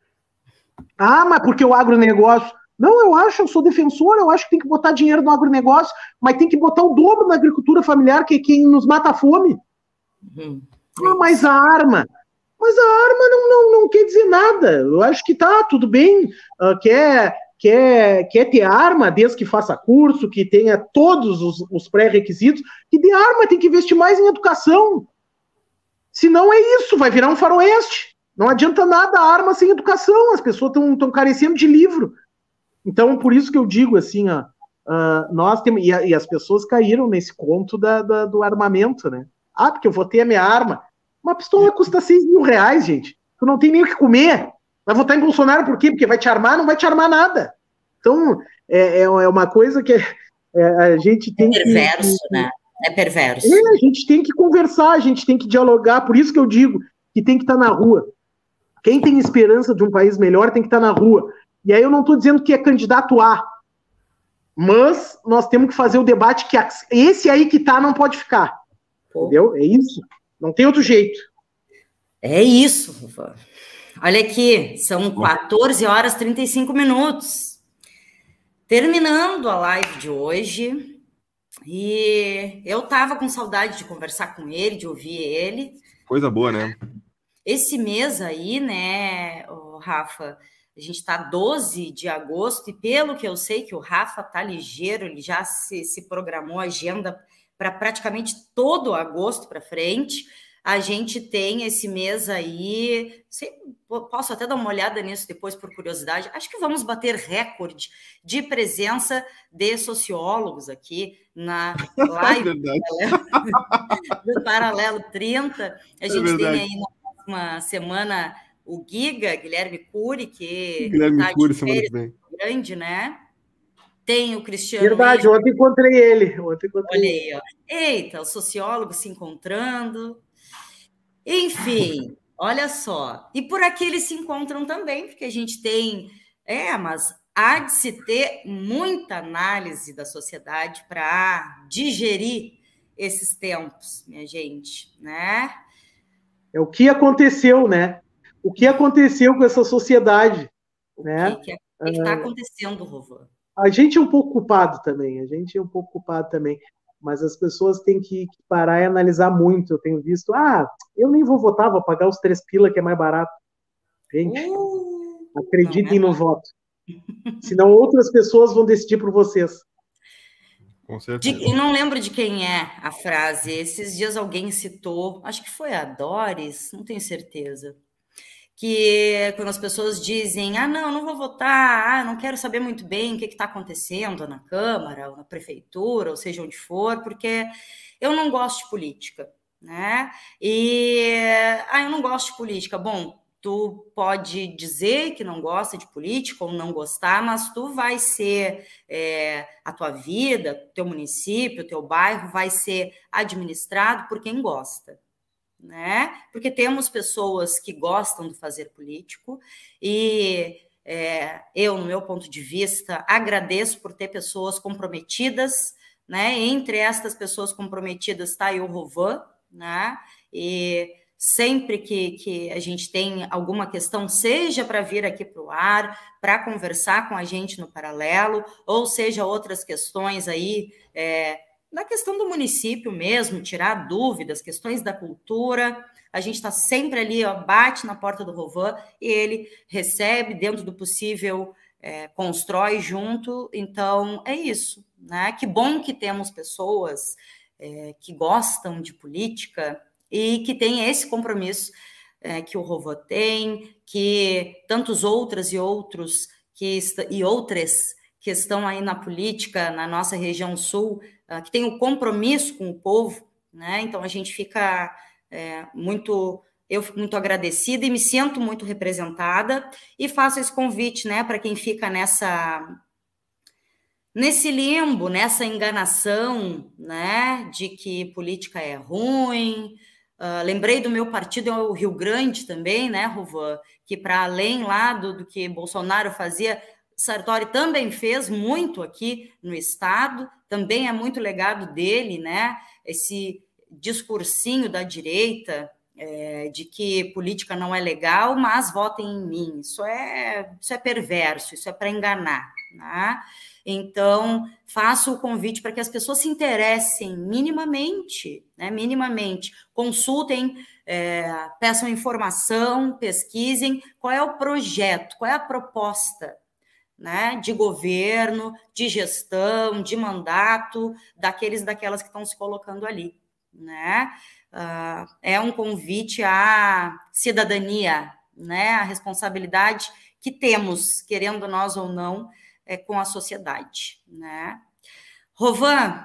C: Ah, mas porque o agronegócio... Não, eu sou defensor, eu acho que tem que botar dinheiro no agronegócio, mas tem que botar o dobro na agricultura familiar, que é quem nos mata a fome. Mas a arma não quer dizer nada. Eu acho que tá, tudo bem, quer ter arma, desde que faça curso, que tenha todos os pré-requisitos, que dê arma, tem que investir mais em educação. Senão é isso, vai virar um faroeste. Não adianta nada a arma sem educação, as pessoas estão carecendo de livro. Então, por isso que eu digo assim, nós temos, e as pessoas caíram nesse conto do armamento, né? Ah, porque eu vou ter a minha arma. Uma pistola custa 6 mil reais, gente. Tu não tem nem o que comer. Vai votar em Bolsonaro por quê? Porque vai te armar? Não vai te armar nada. Então, é uma coisa que a gente tem
A: perverso, né? É perverso.
C: A gente tem que conversar, a gente tem que dialogar. Por isso que eu digo que tem que estar na rua. Quem tem esperança de um país melhor tem que estar na rua. E aí eu não estou dizendo que é candidato A, mas nós temos que fazer o debate que esse aí que tá não pode ficar. Entendeu? É isso. Não tem outro jeito.
A: É isso, Rufo. Olha aqui, são 14 horas e 35 minutos. Terminando a live de hoje, e eu tava com saudade de conversar com ele, de ouvir ele.
B: Coisa boa, né?
A: Esse mês aí, né, Rafa, a gente está 12 de agosto, e pelo que eu sei que o Rafa tá ligeiro, ele já se programou a agenda para praticamente todo agosto para frente. A gente tem esse mês aí, posso até dar uma olhada nisso depois por curiosidade, acho que vamos bater recorde de presença de sociólogos aqui na live do Paralelo 30. A gente tem aí na próxima semana o Guilherme Cury, que
B: Guilherme Cury, semana que vem.
A: Grande, né? Tem o Cristiano...
C: Verdade, ontem encontrei ele.
A: Olha aí, ó. Eita, os sociólogos se encontrando. Enfim, olha só. E por aqui eles se encontram também, porque a gente tem... mas há de se ter muita análise da sociedade para digerir esses tempos, minha gente, né?
C: É o que aconteceu, né? O que aconteceu com essa sociedade, né?
A: O que está acontecendo, Rovan?
C: A gente é um pouco culpado também, mas as pessoas têm que parar e analisar muito. Eu tenho visto, eu nem vou votar, vou pagar os 3 pila, que é mais barato. Gente, acreditem no voto. Senão outras pessoas vão decidir por vocês.
B: Com certeza.
A: Eu não lembro de quem é a frase. Esses dias alguém citou, acho que foi a Doris, não tenho certeza, que quando as pessoas dizem, não vou votar, não quero saber muito bem o que está acontecendo na Câmara, ou na Prefeitura, ou seja onde for, porque eu não gosto de política, né? Eu não gosto de política. Bom, tu pode dizer que não gosta de política ou não gostar, mas tu vai ser, a tua vida, teu município, teu bairro vai ser administrado por quem gosta, né? Porque temos pessoas que gostam de fazer político e eu, no meu ponto de vista, agradeço por ter pessoas comprometidas, né? Entre estas pessoas comprometidas está aí o Rovan, né? E sempre que a gente tem alguma questão, seja para vir aqui para o ar, para conversar com a gente no Paralelo, ou seja, outras questões aí, na questão do município mesmo, tirar dúvidas, questões da cultura, a gente está sempre ali, bate na porta do Rovan e ele recebe, dentro do possível, constrói junto. Então, é isso, né? Que bom que temos pessoas que gostam de política e que tem esse compromisso que o Rovan tem, que tantos outras e outros e outras que estão aí na política, na nossa região sul, que tem o compromisso com o povo, né? Então a gente fica muito eu fico muito agradecida e me sinto muito representada, e faço esse convite, né, para quem fica nesse limbo, nessa enganação, né, de que política é ruim. Lembrei do meu partido, é o Rio Grande também, né, Rovan, que para além lá do que Bolsonaro fazia, Sartori também fez muito aqui no estado, também é muito legado dele, né, esse discursinho da direita, de que política não é legal, mas votem em mim. Isso é perverso, isso é para enganar, né? Então, faço o convite para que as pessoas se interessem minimamente, né? Minimamente, consultem, peçam informação, pesquisem qual é o projeto, qual é a proposta, né, de governo, de gestão, de mandato, daquelas que estão se colocando ali, né? É um convite à cidadania, né, à responsabilidade que temos, querendo nós ou não, com a sociedade, né? Rovan,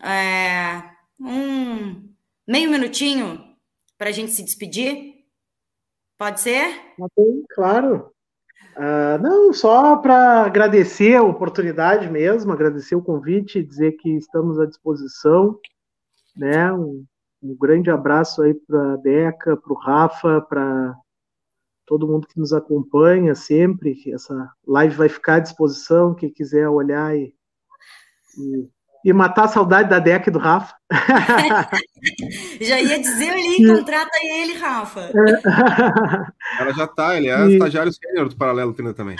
A: meio minutinho para a gente se despedir? Pode ser?
C: Claro. Não, só para agradecer a oportunidade mesmo, agradecer o convite, dizer que estamos à disposição, né? Um grande abraço aí para a Deca, para o Rafa, para todo mundo que nos acompanha sempre. Essa live vai ficar à disposição, quem quiser olhar e matar a saudade da Deca e do Rafa.
A: Já ia dizer ali, contrata ele, Rafa.
B: Ela já está, ele é estagiário sênior do Paralelo 30 também.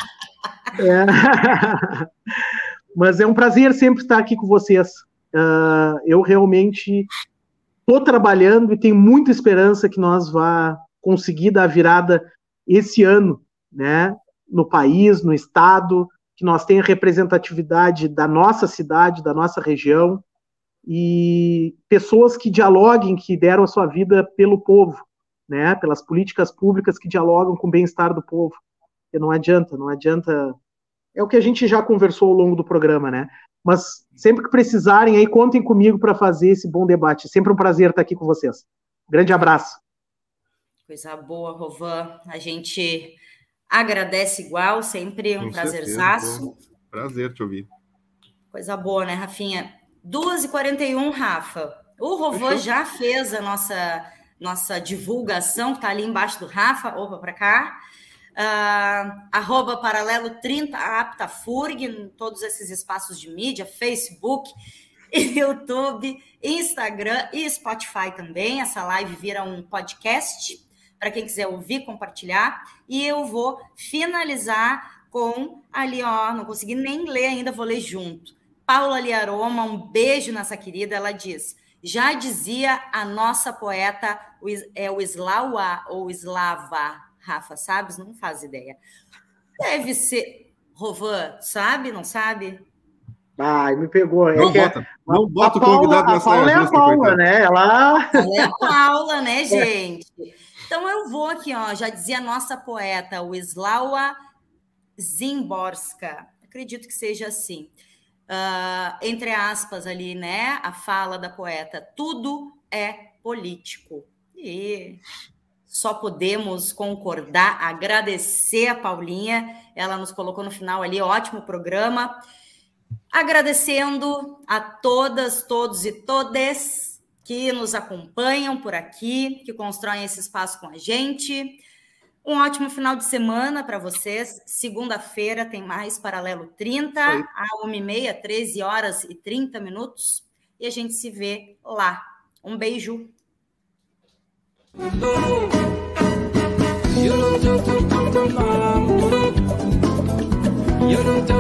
C: Mas é um prazer sempre estar aqui com vocês. Eu realmente estou trabalhando e tenho muita esperança que nós vá conseguir dar a virada esse ano, né, no país, no estado, que nós tenha representatividade da nossa cidade, da nossa região, e pessoas que dialoguem, que deram a sua vida pelo povo, né, pelas políticas públicas que dialogam com o bem-estar do povo. Porque não adianta, é o que a gente já conversou ao longo do programa, né? Mas sempre que precisarem, aí contem comigo para fazer esse bom debate. Sempre um prazer estar aqui com vocês. Grande abraço.
A: Coisa boa, Rovan. A gente agradece igual, sempre um prazerzaço.
B: Prazer te ouvir.
A: Coisa boa, né, Rafinha? 2h41, Rafa. O Rovan já fez a nossa divulgação, que está ali embaixo do Rafa. Opa, para cá. @paralelo30 aptafurg, em todos esses espaços de mídia, Facebook, YouTube, Instagram e Spotify também. Essa live vira um podcast para quem quiser ouvir, compartilhar. E eu vou finalizar com ali, não consegui nem ler ainda, vou ler junto. Paula Liaroma, um beijo nessa querida. Ela diz: já dizia a nossa poeta, o Islawa ou Slava, Rafa, sabes? Não faz ideia. Deve ser. Rovan, sabe? Não sabe?
C: Me pegou.
B: Não bota o convidado nessa
C: Paula é a Paula, né? Ela
A: é a Paula, né, gente? Então eu vou aqui, já dizia a nossa poeta, o Wisława Szymborska. Acredito que seja assim. Entre aspas ali, né? A fala da poeta. Tudo é político. E só podemos concordar, agradecer a Paulinha. Ela nos colocou no final ali, ótimo programa. Agradecendo a todas, todos e todes que nos acompanham por aqui, que constroem esse espaço com a gente. Um ótimo final de semana para vocês. Segunda-feira tem mais Paralelo 30, às 1h30, 13h30. E a gente se vê lá. Um beijo. You don't